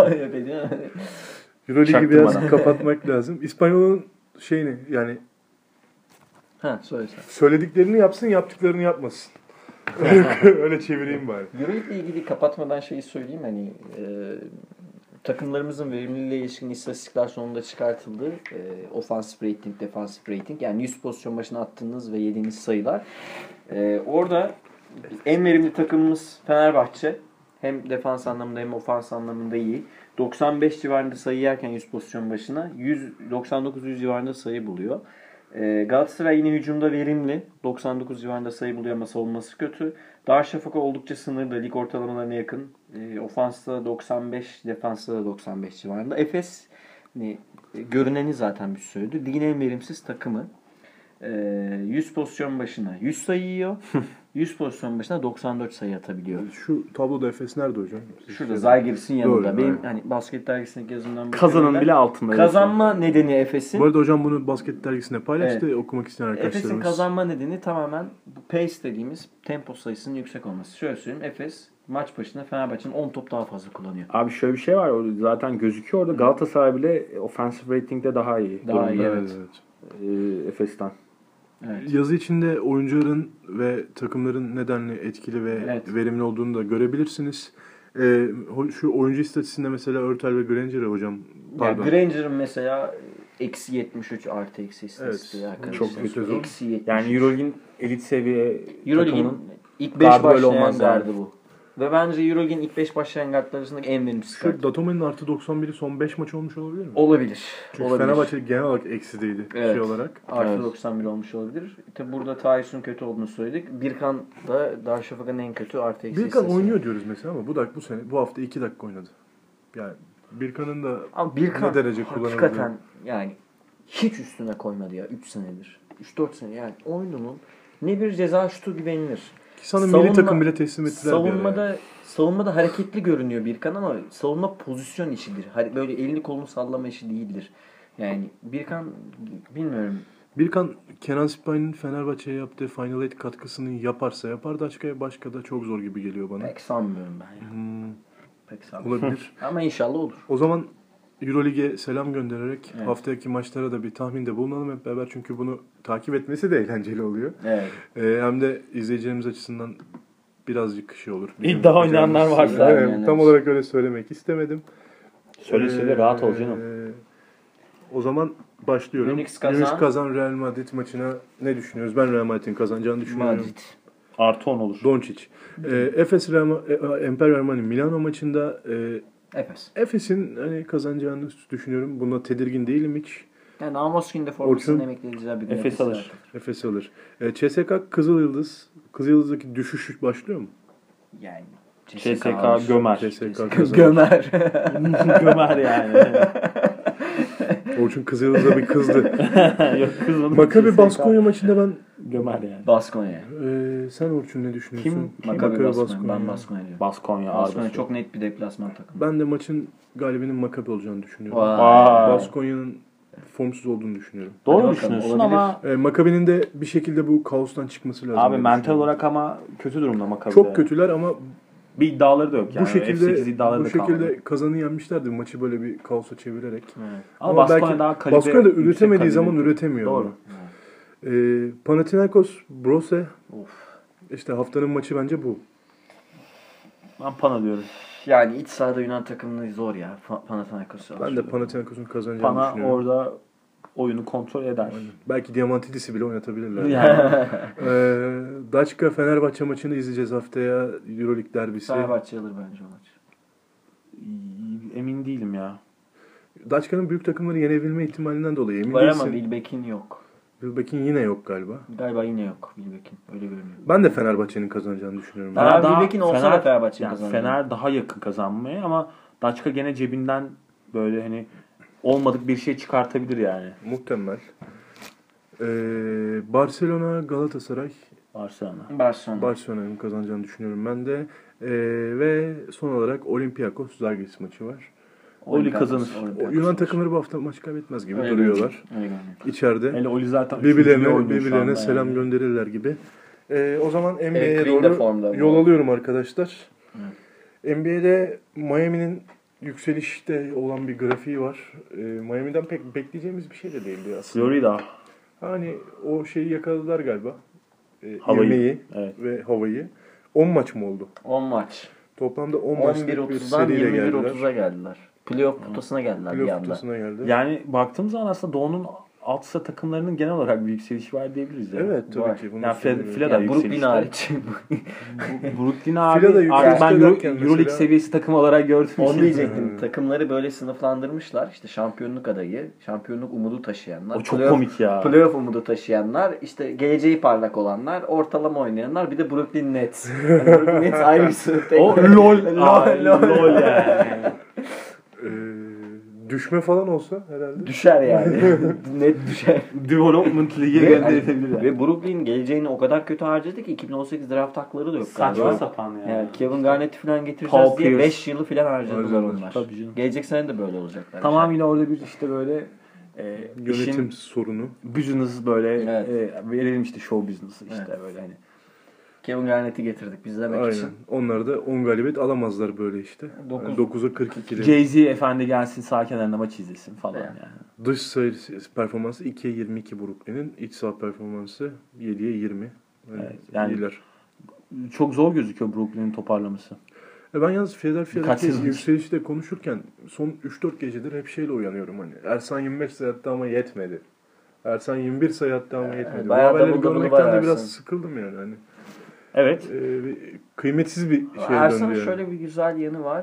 Euroligi biraz bana. kapatmak lazım. İspanyol'un şeyini yani Ha söylesen. söylediklerini yapsın, yaptıklarını yapmasın. Öyle çevireyim bari. Euroleague ile ilgili kapatmadan şeyi söyleyeyim hani takımlarımızın verimliliğe ilişkin istatistikler sonunda çıkartıldı. Offensive rating, defensive rating yani 100 pozisyon başına attığınız ve yediğiniz sayılar. Orada en verimli takımımız Fenerbahçe. Hem defans anlamında hem ofans anlamında iyi. 95 civarında sayı yerken 100 pozisyon başına 99-100 civarında sayı buluyor. Galatasaray yine hücumda verimli. 99 civarında sayı buluyor ama savunması kötü. Darüşşafaka oldukça sınırlı. Lig ortalamalarına yakın. Ofansta 95, defansta da 95 civarında. Efes görüneni zaten bir söyledi. Ligin en verimsiz takımı. 100 pozisyon başına 100 sayı yiyor. 100 pozisyon başına 94 sayı atabiliyor. Şu tabloda Efes nerede hocam? Şurada Zalgiris'in yanında. Doğru, Benim aynen. hani basket dergisindeki yazımdan Kazanın bile altında. kazanma nedeni Efes'in. Bu arada hocam bunu basket dergisinde paylaştı. Okumak isteyen Efes'in arkadaşlarımız. kazanma nedeni tamamen bu pace dediğimiz tempo sayısının yüksek olması. Şöyle söyleyeyim. Efes maç başına Fenerbahçe'nin 10 top daha fazla kullanıyor. Abi şöyle bir şey var. O zaten gözüküyor orada. Galatasaray bile offensive rating'de daha iyi. Daha iyi, durumda. evet. Efes'ten. Evet. Yazı içinde oyuncuların ve takımların nedenli etkili ve Evet. verimli olduğunu da görebilirsiniz. Şu oyuncu istatistiğinde mesela Örtel ve Granger'e hocam Yani pardon. Granger'ın mesela Eksi 73 artı eksi istatistiği arkadaşlar. çok kötü zor. Eksi 73. Yani Euroleague'in elit seviye Euroleague'in takımının ilk 5 gardı böyle başlayan olmaz gardı yani. bu. Ve bence Euroleague'in ilk 5 başlayan gardlar arasındaki en verimsiz Şu kart. Datome'nin artı 91'i son 5 maç olmuş olabilir mi? Olabilir. Çünkü Olabilir. Fenerbahçe genel olarak eksideydi Evet. şey olarak. Artı Evet. 91 olmuş olabilir. Tabi burada Tyson kötü olduğunu söyledik. Birkan da Darüşşafaka'nın en kötü artı eksi Birkan istatistiği. oynuyor diyoruz mesela ama bu sene bu hafta 2 dakika oynadı. Yani Birkan'ın da Ama Birkan ne derece kullanıldığı. hakikaten yani hiç üstüne koymadı ya 3 senedir. 3-4 sene yani oyununun ne bir ceza şutu güvenilir. Ki sana Savunma- milli takım bile teslim ettiler bir ara yani. Savunmada hareketli görünüyor Birkan ama savunma pozisyon işidir. Hani böyle elini kolunu sallama işi değildir. Yani Birkan bilmiyorum. Birkan Kenan Sipahi'nin Fenerbahçe'ye yaptığı Final Eight katkısını yaparsa yapar. Başka da çok zor gibi geliyor bana. Pek sanmıyorum ben ya. Pek sanmıyorum. Olabilir. Ama inşallah olur. O zaman Euroleague'e selam göndererek Evet. haftaki maçlara da bir tahminde bulunalım hep beraber. Çünkü bunu takip etmesi de eğlenceli oluyor. Evet. Hem de izleyicilerimiz açısından birazcık şey olur. İddia oynayanlar varsa. Evet, Yani. tam olarak öyle söylemek istemedim. Söyle rahat ol canım. O zaman başlıyorum. Phoenix kazan. Real Madrid maçına ne düşünüyoruz? Ben Real Madrid'in kazanacağını düşünüyorum. Madrid. Artı 10 olur. Doncic. Efes Emper Armani Milano maçında Efes. Efes'in hani kazanacağını düşünüyorum. Buna tedirgin değilim hiç. Yani Amoskin de formasını Orçun, emekleyeceği bir Efes alır. Efes alır. CSK Kızılyıldız. Kızılyıldız'daki düşüş başlıyor mu? Yani CSK gömer. CSK kazanır. Gömer. Gömer yani. Orçun Kızılyıldız'a bir kızdı. Yok kızmadım. Maccabi Baskonya maçında ben Gömer yani. Baskonya. sen Orçun ne düşünüyorsun? Kim? Maccabi Baskonya. Ben Baskonya diyorum. Baskonya Baskonya Arda. çok net bir deplasman takımı. Ben de maçın galibinin Maccabi olacağını düşünüyorum. Vay. Baskonya'nın formsuz olduğunu düşünüyorum. Doğru Hadi bakalım, düşünüyorsun olabilir. ama Maccabi'nin de bir şekilde bu kaostan çıkması lazım. abi diye mental düşünüyorum. olarak ama kötü durumda Maccabi'de. çok kötüler ama Bir iddiaları da yok yani. bu şekilde F8 iddiaları bu da kalmadı. şekilde kazanı yenmişlerdi maçı böyle bir kaosa çevirerek. Evet. Ama Baskonya belki daha kalibre. Baskonya da yüksek üretemediği kalibre. zaman üretemiyor. Doğru. Panathinaikos Brose Of. işte haftanın maçı bence bu. Ben Pana diyorum. Yani iç sahada Yunan takımını zor ya. Panathinaikos'u alır. Ben de Panathinaikos'un kazanacağını Pana düşünüyorum. orada oyunu kontrol eder. Belki Diamantidis'i bile oynatabilirler. Yani. Daçka Fenerbahçe maçını izleyeceğiz haftaya. Euroleague derbisi. Fenerbahçe alır bence o maç. Emin değilim ya. Daçka'nın büyük takımları yenebilme ihtimalinden dolayı emin Var ama değilsin. Wilbeck'in yok. Wilbeck'in yine yok galiba. Galiba yine yok Wilbeck'in. Öyle görünüyor. Ben de Fenerbahçe'nin kazanacağını düşünüyorum. Ben- Fener Wilbeck'in olsa da Fenerbahçe'nin yani kazanacak. Fener daha yakın kazanmaya ama Daçka gene cebinden böyle hani olmadık bir şey çıkartabilir yani. Muhtemel. Barcelona Galatasaray. Barcelona. Barcelona'nın kazanacağını düşünüyorum ben de. Ve son olarak Olympiakos Zalgiris maçı var. Oli kazanır. Yunan takımları bu hafta maç kaybetmez gibi Öyle duruyorlar. görünüyor. Öyle görünüyor. İçeride. Hele Oli zaten üçüncüye Birbirlerine oynuyor şu anda selam yani. gönderirler gibi. O zaman NBA'ye Green de doğru formda bu. yol alıyorum arkadaşlar. NBA'de Miami'nin yükselişte olan bir grafiği var. Miami'den pek bekleyeceğimiz bir şey de değildi aslında. Florida. Hani o şeyi yakaladılar galiba. Havayı. İvmeyi Evet. ve havayı. 10 maç mı oldu? 10 maç. Toplamda 10 maçlık bir 11.30'dan seriyle geldiler. 21.30'a geldiler. Playoff potasına geldiler bir Playoff anda. potasına geldi. Yani baktığımız zaman aslında Doğu'nun alt sıra takımlarının genel olarak bir yükseliş var diyebiliriz. Yani. Evet tabii Var. ki. Bunu Yani söylüyorum. Fila da Yani Brooklyn yükselişte. hariç. Brooklyn Fila abi da artık yükselişte ben derken Euroleague mesela- seviyesi takım olarak gördüm. Onu diyecektim. Takımları böyle sınıflandırmışlar. İşte şampiyonluk adayı, şampiyonluk umudu taşıyanlar. O çok komik ya. Playoff umudu taşıyanlar, işte geleceği parlak olanlar, ortalama oynayanlar, bir de Brooklyn Nets. Yani Brooklyn Nets ayrı bir sınıfta. O lol. Lol. lol yani. Düşme falan olsa herhalde. Düşer yani. Net düşer. Development League'e Ve, gönderilebilir yani. ve Brooklyn geleceğini o kadar kötü harcadı ki 2018 draft hakları da yok Saçma galiba. sapan yani. Yani Kevin Garnett'i falan getireceğiz Paul diye Pierce. 5 yılı falan harcadılar Harcadılar. onlar. Tabii canım. Gelecek sene de böyle olacaklar. Tamamıyla orada bir işte böyle Yönetim işin sorunu. business böyle Evet. verelim işte show business işte Evet. böyle hani. Kevin Garnett'i getirdik biz demek Aynen. için. Onlar da 10 galibiyet alamazlar böyle işte. Dokuz. 9'a 42'de. Jay-Z efendi gelsin sağ kenarında maç izlesin falan Evet. yani. Dış sayı performansı 2'ye 22 Brooklyn'in. İç saha performansı 7'ye 20. Evet, yani- iyiler. Çok zor gözüküyor Brooklyn'in toparlaması. Ben yalnız Philadelphia'daki Birkaç yükselişi de konuşurken son 3-4 gecedir hep şeyle uyanıyorum hani. Ersan 25 sayı attı ama yetmedi. Ersan 21 sayı attı ama yetmedi. Bu bayağı haberleri double görmekten var de biraz Ersan. sıkıldım yani. Hani, Evet. kıymetsiz bir şeye Ersan'ın döndü yani. şöyle bir güzel yanı var.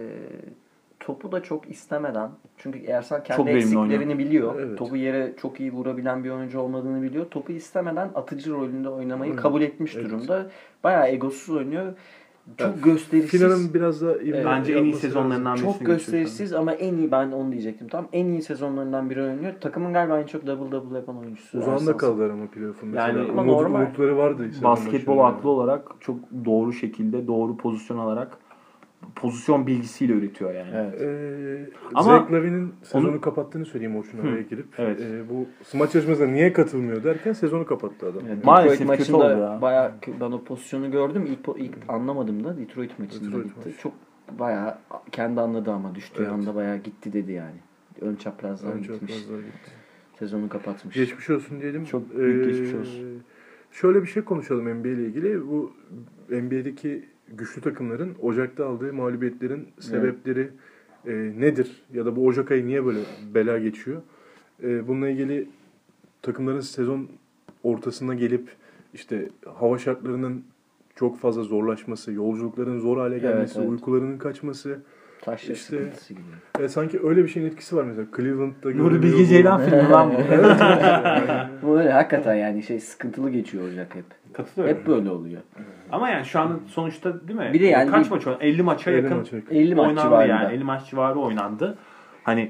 Topu da çok istemeden, çünkü Ersan Çok kendi verimli eksiklerini oynuyor. biliyor. Evet. Topu yere çok iyi vurabilen bir oyuncu olmadığını biliyor. Topu istemeden atıcı rolünde oynamayı Evet. kabul etmiş Evet. durumda. Bayağı egosuz oynuyor. Çok Yani gösterişsiz. Filan'ın biraz da Bence en iyi sezonlarından birisini Çok gösterişsiz ama en iyi, ben onu diyecektim. Tam en iyi sezonlarından biri oynuyor. Takımın galiba en çok double yapan oyuncusu. Uzağında Ersan. kaldılar ama playoff'un mesela. Yani Yani ama normal. umutları vardı. Basketbol aklı olarak çok doğru şekilde doğru pozisyon alarak pozisyon bilgisiyle üretiyor yani. Evet. Ama Zach Lavin'in sezonu onu- kapattığını söyleyeyim Orçun araya girip. Evet. Bu smaç yarışmasına niye katılmıyor derken sezonu kapattı adam. Evet, Maalesef Detroit kötü maçında oldu ya. bayağı ben o pozisyonu gördüm. İlk anlamadım da Detroit maçında Detroit gitti. maçı. Çok bayağı kendi anladı ama düştüğü Evet. anda bayağı gitti dedi yani. Ön çaprazdan Önce gitmiş. atmazlar gitti. Sezonu kapatmış. Geçmiş olsun diyelim. Çok büyük geçmiş olsun. Şöyle bir şey konuşalım NBA ile ilgili. Bu NBA'deki güçlü takımların Ocak'ta aldığı mağlubiyetlerin sebepleri nedir? Ya da bu Ocak ayı niye böyle bela geçiyor? Bununla ilgili takımların sezon ortasına gelip işte hava şartlarının çok fazla zorlaşması, yolculukların zor hale gelmesi, evet. uykularının kaçması. Taşlı İşte- sıkıntısı gibi. Sanki öyle bir şeyin etkisi var mesela. Cleveland'da Nuri görülüyor Bilge bu. Ceylan filmi lan bu. Bu öyle hakikaten yani sıkıntılı geçiyor Ocak hep. Katılıyorum. Hep böyle oluyor. Ama yani şu anda sonuçta değil mi? Bir de yani kaç bir- maç oynandı? 50 maça 50 yakın maça yakın. 50 maç oynandı civarında. yani. 50 maç civarı oynandı. Hani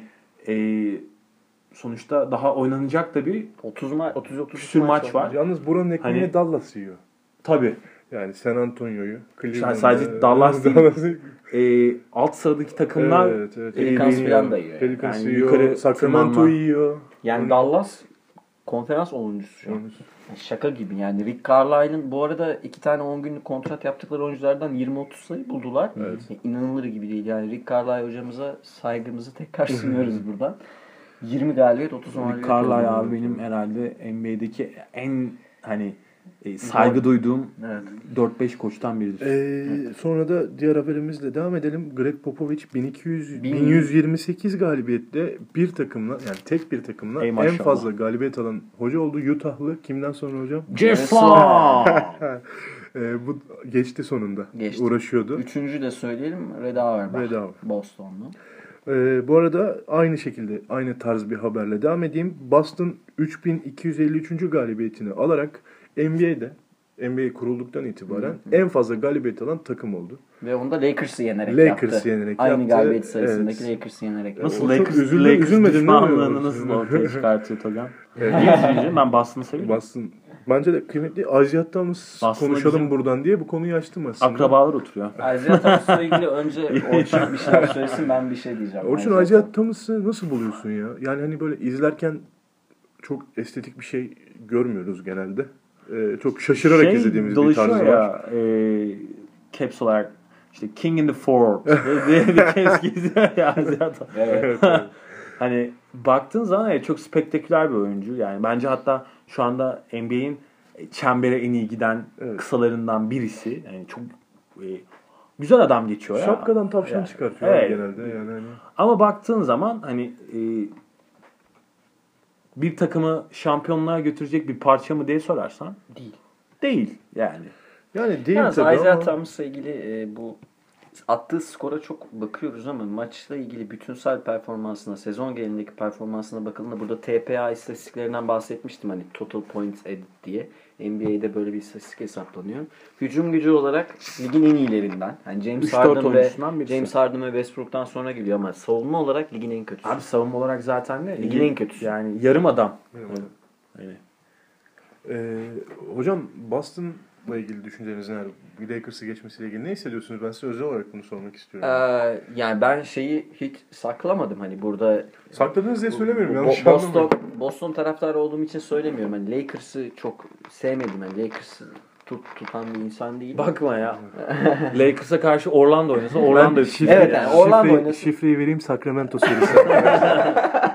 sonuçta daha oynanacak da bir 30 küsür maç var. Yalnız buranın ekmeğini Hani- Dallas yiyor. Tabii. Yani San Antonio'yu, Cleveland'ı. Sadece Dallas değil. Alt sıradaki takımlar Evet. Pelicans Yiyor. falan da yiyor yani. Pelicans Yani yiyor, yukarı Sacramento tırmanma. yiyor. Yani Dallas konferans 10'uncusu şu an. Şaka gibi yani. Rick Carlisle'ın bu arada 2 tane 10 günlük kontrat yaptıkları oyunculardan 20-30 sayı buldular. Evet. İnanılır gibi değil. Yani Rick Carlisle hocamıza saygımızı tekrar sunuyoruz buradan. 20 galibiyet 30 mağlubiyet. Carlisle oldu. abi benim herhalde NBA'deki en saygı duyduğum Evet. 4-5 koçtan biridir. Sonra da diğer haberimizle devam edelim. Greg Popovich 1128 1128 galibiyetle bir takımla, yani tek bir takımla Ey en maşallah. fazla galibiyet alan hoca oldu. Utah'lı. Kimden sonra hocam? Jeff Flom. Bu geçti sonunda. Geçti. Uğraşıyordu. Üçüncü de söyleyelim. Red Auerbach. Red Auerbach. Boston'lu. Bu arada aynı şekilde aynı tarz bir haberle devam edeyim. Boston 3253. galibiyetini alarak NBA kurulduktan itibaren en fazla galibiyet alan takım oldu. Ve onu da Lakers'ı yenerek Lakers yaptı. yenerek Aynı yaptı. galibiyet sayısındaki Evet. Lakers'ı yenerek Nasıl Çok Lakers üzülmedin değil mi? düşmanlığını nasıl ortaya çıkartıyor Togan? Niye üzüleceğim? Ben Boston'ı seviyorum. Boston bence de kıymetli. Aziat Thomas Boston'da konuşalım bizim buradan diye bu konuyu açtım aslında. Akrabalar oturuyor. Isaiah Thomas'la ilgili önce Orçun bir şey söylesin, ben bir şey diyeceğim. Orçun, Aziat Thomas'ı nasıl buluyorsun ya? Yani hani böyle izlerken çok estetik bir şey görmüyoruz genelde. Çok şaşırarak izlediğimiz bir dolaşıyor tarzı ya, var. caps olarak işte King in the Four diye bir caps geziyor ya zaten. Evet. Hani baktığın zaman çok spektaküler bir oyuncu. Yani bence hatta şu anda NBA'in çembere en iyi giden kısalarından birisi. Yani çok güzel adam geçiyor ya. Şapkadan tavşan Yani, çıkartıyor evet. genelde. Yani hani. Ama baktığın zaman hani bir takımı şampiyonluğa götürecek bir parça mı diye sorarsan Değil. değil yani. Yani değil Yalnız tabii Isaiah ama. Thomas'la ilgili bu attığı skora çok bakıyoruz ama maçla ilgili bütünsel performansına, sezon genelindeki performansına bakıldığında burada TPA istatistiklerinden bahsetmiştim, hani Total Points Added diye. NBA'de böyle bir istatistik hesaplanıyor. Hücum gücü olarak ligin en iyilerinden. Yani James 3-4 oyuncusundan birisi. Harden ve Westbrook'tan sonra geliyor ama savunma olarak ligin en kötüsü. Abi savunma olarak zaten ne? Ligin en kötüsü. Yani yarım adam. Evet. Hocam Boston'la ilgili düşünceleriniz neler? Lakers'ı geçmesiyle ilgili ne hissediyorsunuz? Ben size özel olarak bunu sormak istiyorum. Yani ben şeyi hiç saklamadım hani burada. Sakladınız diye söylemiyorum. Yanlış anlamayın. Boston taraftarı olduğum için söylemiyorum. Hani Lakers'ı çok sevmedim. Yani Lakers'ı tutan bir insan değilim. Bakma ya. Lakers'a karşı Orlando oynasa Orlando'yu Evet, yani Orlando oynasın. Şifreyi vereyim, Sacramento serisi.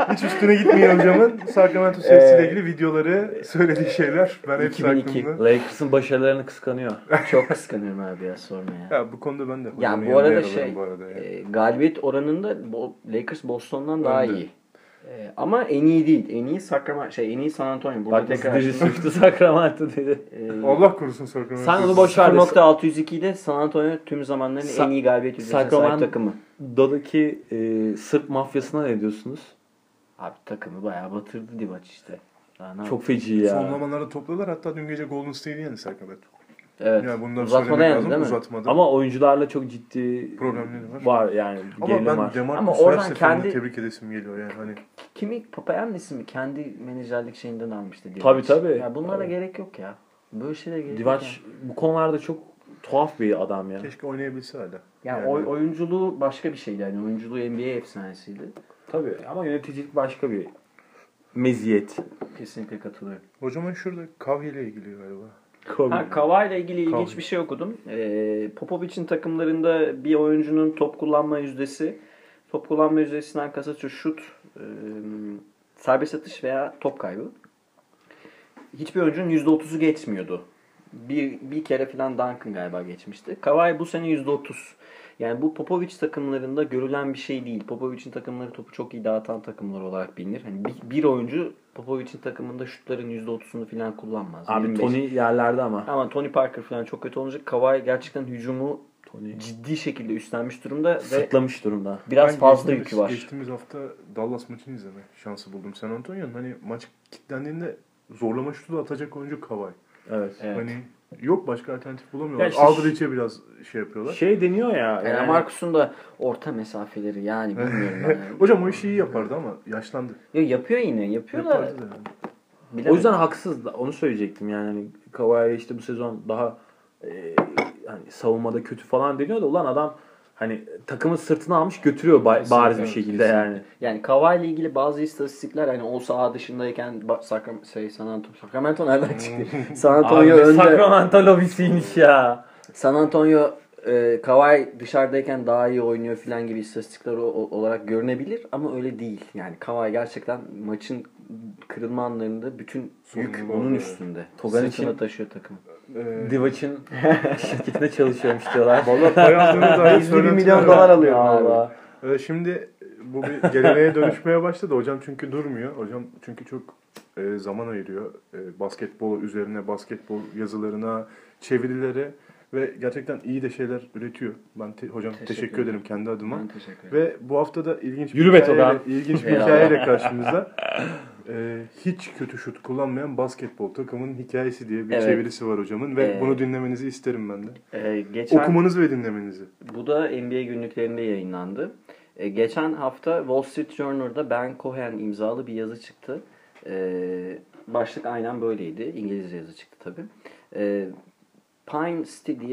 Hiç üstüne gitmeyen hocamın Sacramento serisiyle ilgili videoları, söylediği şeyler. Ben hepsi 2002. aklımda. Lakers'ın başarılarını kıskanıyor. Çok kıskanıyorum abi ya, sorma ya. Ya bu konuda ben de Ya hocamın bu arada yanında yer alırım bu arada galibiyet oranında Lakers Boston'dan daha Önde. iyi. Ama en iyi değil. En iyi en iyi San Antonio. Burada Bak nasıl tekrar dizi suçtu Sacramento dedi. Allah korusun Sacramento. Sen onu boş ver de 0.602'de San Antonio tüm zamanların en iyi galibiyet yüzdesine sahip takımı. Sacramento'daki Sırp mafyasına ne diyorsunuz? Abi takımı bayağı batırdı Divac işte. Çok feci ya. Son zamanlarda topladılar. Hatta dün gece Golden State'i yendi Sacramento. Evet. Yani bunları Uzatmada söylemek yendi lazım. değil mi? Uzatmada. Ama oyuncularla çok ciddi problemleri var. Var yani. Ama gerilim ben var. Ama Demarcus oradan her seferinde kendi- tebrik edesim geliyor yani. Hani Kimi Papayannis'i mi kendi menajerlik şeyinden almıştı Divac. Tabii. Ya bunlara gerek yok ya. Böyle şeylere gerek Divac yok. bu konularda çok tuhaf bir adam ya. keşke oynayabilse hala. Yani oyunculuğu başka bir şeydi. Yani oyunculuğu NBA efsanesiydi. Tabii ama yöneticilik başka bir meziyet. Kesinlikle katılıyorum. Hocamın şurada Kavhi ile ilgili galiba. Kawhi ile ilgili ilginç Kawhi. bir şey okudum. Popovic'in takımlarında bir oyuncunun top kullanma yüzdesinden kasıt şu şut, serbest atış veya top kaybı. Hiçbir oyuncunun %30'u geçmiyordu. Bir kere falan Duncan galiba geçmişti. Kawhi bu sene %30. Yani bu Popovic takımlarında görülen bir şey değil. Popovic'in takımları topu çok iyi dağıtan takımlar olarak bilinir. Hani bir oyuncu Popovic'in takımında şutların %30'unu falan kullanmaz. Abi 25. Tony yerlerde ama. Ama Tony Parker falan çok kötü olacak. Kawhi gerçekten hücumu Tony ciddi şekilde üstlenmiş durumda ve sırtlamış durumda. biraz Ben fazla yükü var. Geçtiğimiz hafta Dallas maçını izleme şansı buldum. San Antonio'nun hani maç kilitlendiğinde zorlama şutu da atacak oyuncu Kawhi. Evet. Hani yok başka alternatif bulamıyorlar. Ya işte Aldridge'e biraz şey yapıyorlar. Şey deniyor ya. Yani Marcus'un da orta mesafeleri yani bilmiyorum ben. Hocam o işi iyi yapardı ama yaşlandı. Ya yapıyor yine. Yapıyor da. Yapardı da yani. Bilemedim. O yüzden haksız da onu söyleyecektim yani. Hani Kawhi işte bu sezon daha hani savunmada kötü falan deniyor da ulan adam hani takımı sırtına almış götürüyor bariz bir şekilde Kesinlikle. yani. Yani Kawhi ile ilgili bazı istatistikler hani o saha dışındayken Sacramento nereden çıktı? San Antonio Abi önde. Sacramento lobisiymiş ya. San Antonio Kawhi dışarıdayken daha iyi oynuyor falan gibi istatistikler olarak görünebilir ama öyle değil. Yani Kawhi gerçekten maçın kırılma anlarında bütün yük Sorumluluğu onun alıyor. üstünde. Togan Sırtına için- taşıyor takımı. Divac'ın şirketinde çalışıyormuş diyorlar. Valla payandığını dahi 120 milyon söylentiler dolar var. alıyor abi. Allah. Şimdi bu bir geleneğe dönüşmeye başladı. Hocam çünkü durmuyor. Hocam çünkü çok zaman ayırıyor. Basketbol üzerine, basketbol yazılarına, çevirilere ve gerçekten iyi de şeyler üretiyor. Ben hocam teşekkür ederim kendi adıma. Ben teşekkür ederim. Ve bu hafta da ilginç Yürü be Togan. ilginç bir Eyvallah. hikayeyle karşımızda. Hiç kötü şut kullanmayan basketbol takımının hikayesi diye bir Evet. çevirisi var hocamın ve bunu dinlemenizi isterim ben de. Geçen Okumanızı ve dinlemenizi. Bu da NBA günlüklerinde yayınlandı. Geçen hafta Wall Street Journal'da Ben Cohen imzalı bir yazı çıktı. Başlık aynen böyleydi. İngilizce yazı çıktı tabii. Pine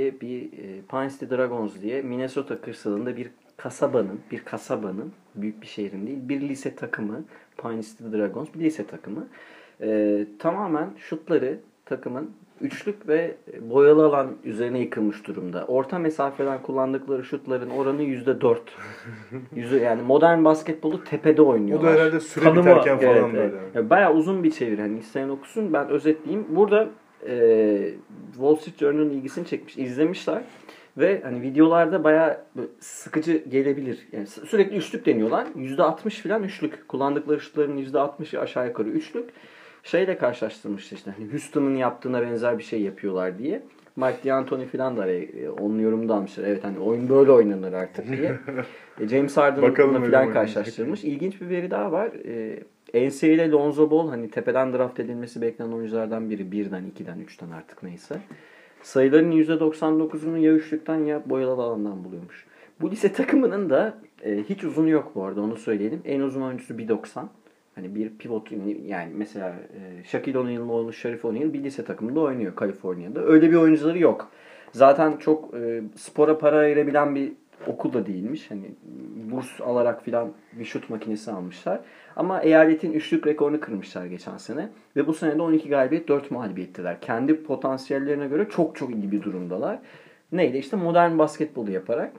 City Dragons diye Minnesota kırsalında bir kasabanın, büyük bir şehrin değil, bir lise takımı, Pine City Dragons bir lise takımı. Tamamen şutları takımın üçlük ve boyalı alan üzerine yıkılmış durumda. Orta mesafeden kullandıkları şutların oranı %4. Yani modern basketbolu tepede O oynuyorlar. da herhalde süre Tanımı- biterken falan Evet, böyle. evet. Yani bayağı uzun bir çeviri. Hani isteyen okusun. Ben özetleyeyim. Burada Wall Street Journal'ın ilgisini çekmiş. İzlemişler. Ve hani videolarda bayağı sıkıcı gelebilir. Yani sürekli üçlük deniyorlar. %60 falan üçlük. Kullandıkları şutların %60'ı aşağı yukarı üçlük. Şeyle karşılaştırmıştı işte. Hani Houston'ın yaptığına benzer bir şey yapıyorlar diye. Mike D'Antoni falan da onun yorumunu da almışlar. Evet hani oyun böyle oynanır artık diye. James Harden'la Bakalım falan öyle karşılaştırmış. İlginç bir veri daha var. NCAA'de Lonzo Ball hani tepeden draft edilmesi beklenen oyunculardan biri. 1'den, 2'den, 3'ten artık neyse. Sayıların %99'unu ya üçlükten ya boyalı alandan buluyormuş. Bu lise takımının da hiç uzunu yok bu arada onu söyleyelim. En uzun oyuncusu 1.90. Hani bir pivot yani mesela Shaquille O'Neal'ın oğlu Sharif O'Neal bir lise takımında oynuyor Kaliforniya'da. Öyle bir oyuncuları yok. Zaten çok spora para ayırabilen bir okul da değilmiş. Hani burs alarak filan bir şut makinesi almışlar. Ama eyaletin üçlük rekorunu kırmışlar geçen sene. Ve bu sene de 12 galibiyet 4 mağlubiyettiler. Kendi potansiyellerine göre çok çok iyi bir durumdalar. Neyle? İşte modern basketbolu yaparak.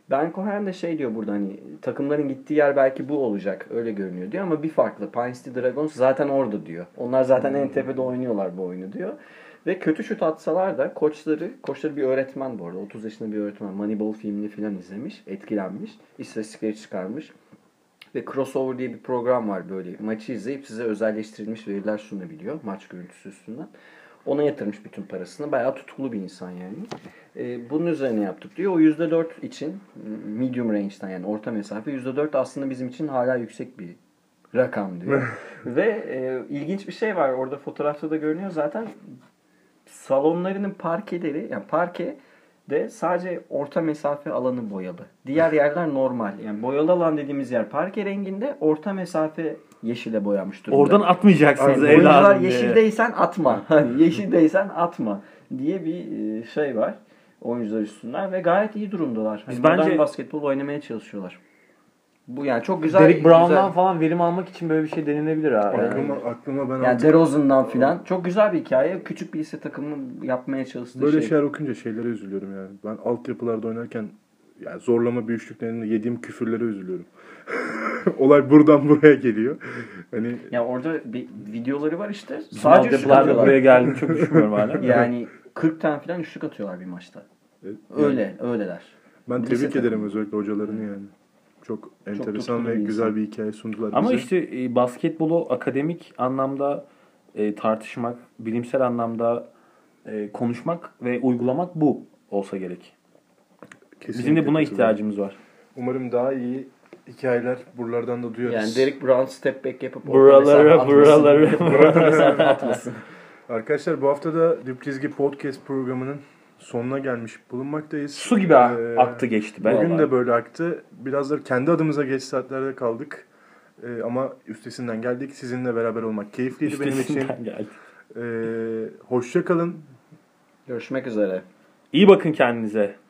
Ben Cohen de şey diyor burada, hani takımların gittiği yer belki bu olacak. Öyle görünüyor diyor ama bir farklı. Pine City Dragons zaten orada diyor. Onlar zaten en tepede oynuyorlar bu oyunu diyor. Ve kötü şut atsalar da koçları bir öğretmen bu arada. 30 yaşında bir öğretmen. Moneyball filmini falan izlemiş. Etkilenmiş. İstatistikleri çıkarmış. Ve Crossover diye bir program var böyle. Maçı izleyip size özelleştirilmiş veriler sunabiliyor. Maç görüntüsü üstünden. Ona yatırmış bütün parasını. Bayağı tutkulu bir insan yani. Bunun üzerine yaptık diyor. O %4 için medium range'den, yani orta mesafe %4 aslında bizim için hala yüksek bir rakam diyor. Ve ilginç bir şey var. Orada fotoğrafta da görünüyor zaten. Salonlarının parkeleri, yani parke de sadece orta mesafe alanı boyalı. Diğer yerler normal. Yani boyalı alan dediğimiz yer parke renginde, orta mesafe yeşile boyanmış durumda. Oradan atmayacaksınız evladım. Oyuncular yeşildeysen atma. Hani yeşildeysen atma diye bir şey var oyuncular üstünden ve gayet iyi durumdalar. Biz bence basketbol oynamaya çalışıyorlar. Bu yani çok güzel. Derrick Brown'dan falan verim almak için böyle bir şey denilebilir abi. Aklıma ben yani DeRozan'dan filan çok güzel bir hikaye. Küçük bir lise takımının yapmaya çalıştığı böyle şey. şeyler okuyunca şeylere üzülüyorum yani. Ben altyapılarda oynarken yani zorlama bir üçlüklerinde yediğim küfürlere üzülüyorum. Olay buradan buraya geliyor. Hani ya orada bir videoları var işte. Sadece altyapılarda buraya geldiğini çok düşünmüyorum hala. Yani 40 tane falan üçlük atıyorlar bir maçta. Öyleler. Ben tebrik ederim özellikle hocalarını yani. Çok enteresan ve güzel bir hikaye sundular bize. Ama işte basketbolu akademik anlamda tartışmak, bilimsel anlamda konuşmak ve uygulamak bu olsa gerek. Kesinlikle bizim de buna ihtiyacımız var. Umarım daha iyi hikayeler buralardan da duyarız. Yani Derrick Brown step back yapıp buraları atmasın. Arkadaşlar bu hafta da Dip Çizgi Podcast programının sonuna gelmiş bulunmaktayız. Su gibi aktı geçti. Bugün de böyle aktı. Biraz da kendi adımıza geç saatlerde kaldık. Ama üstesinden geldik. Sizinle beraber olmak keyifliydi benim için. Hoşça kalın. Görüşmek üzere. İyi bakın kendinize.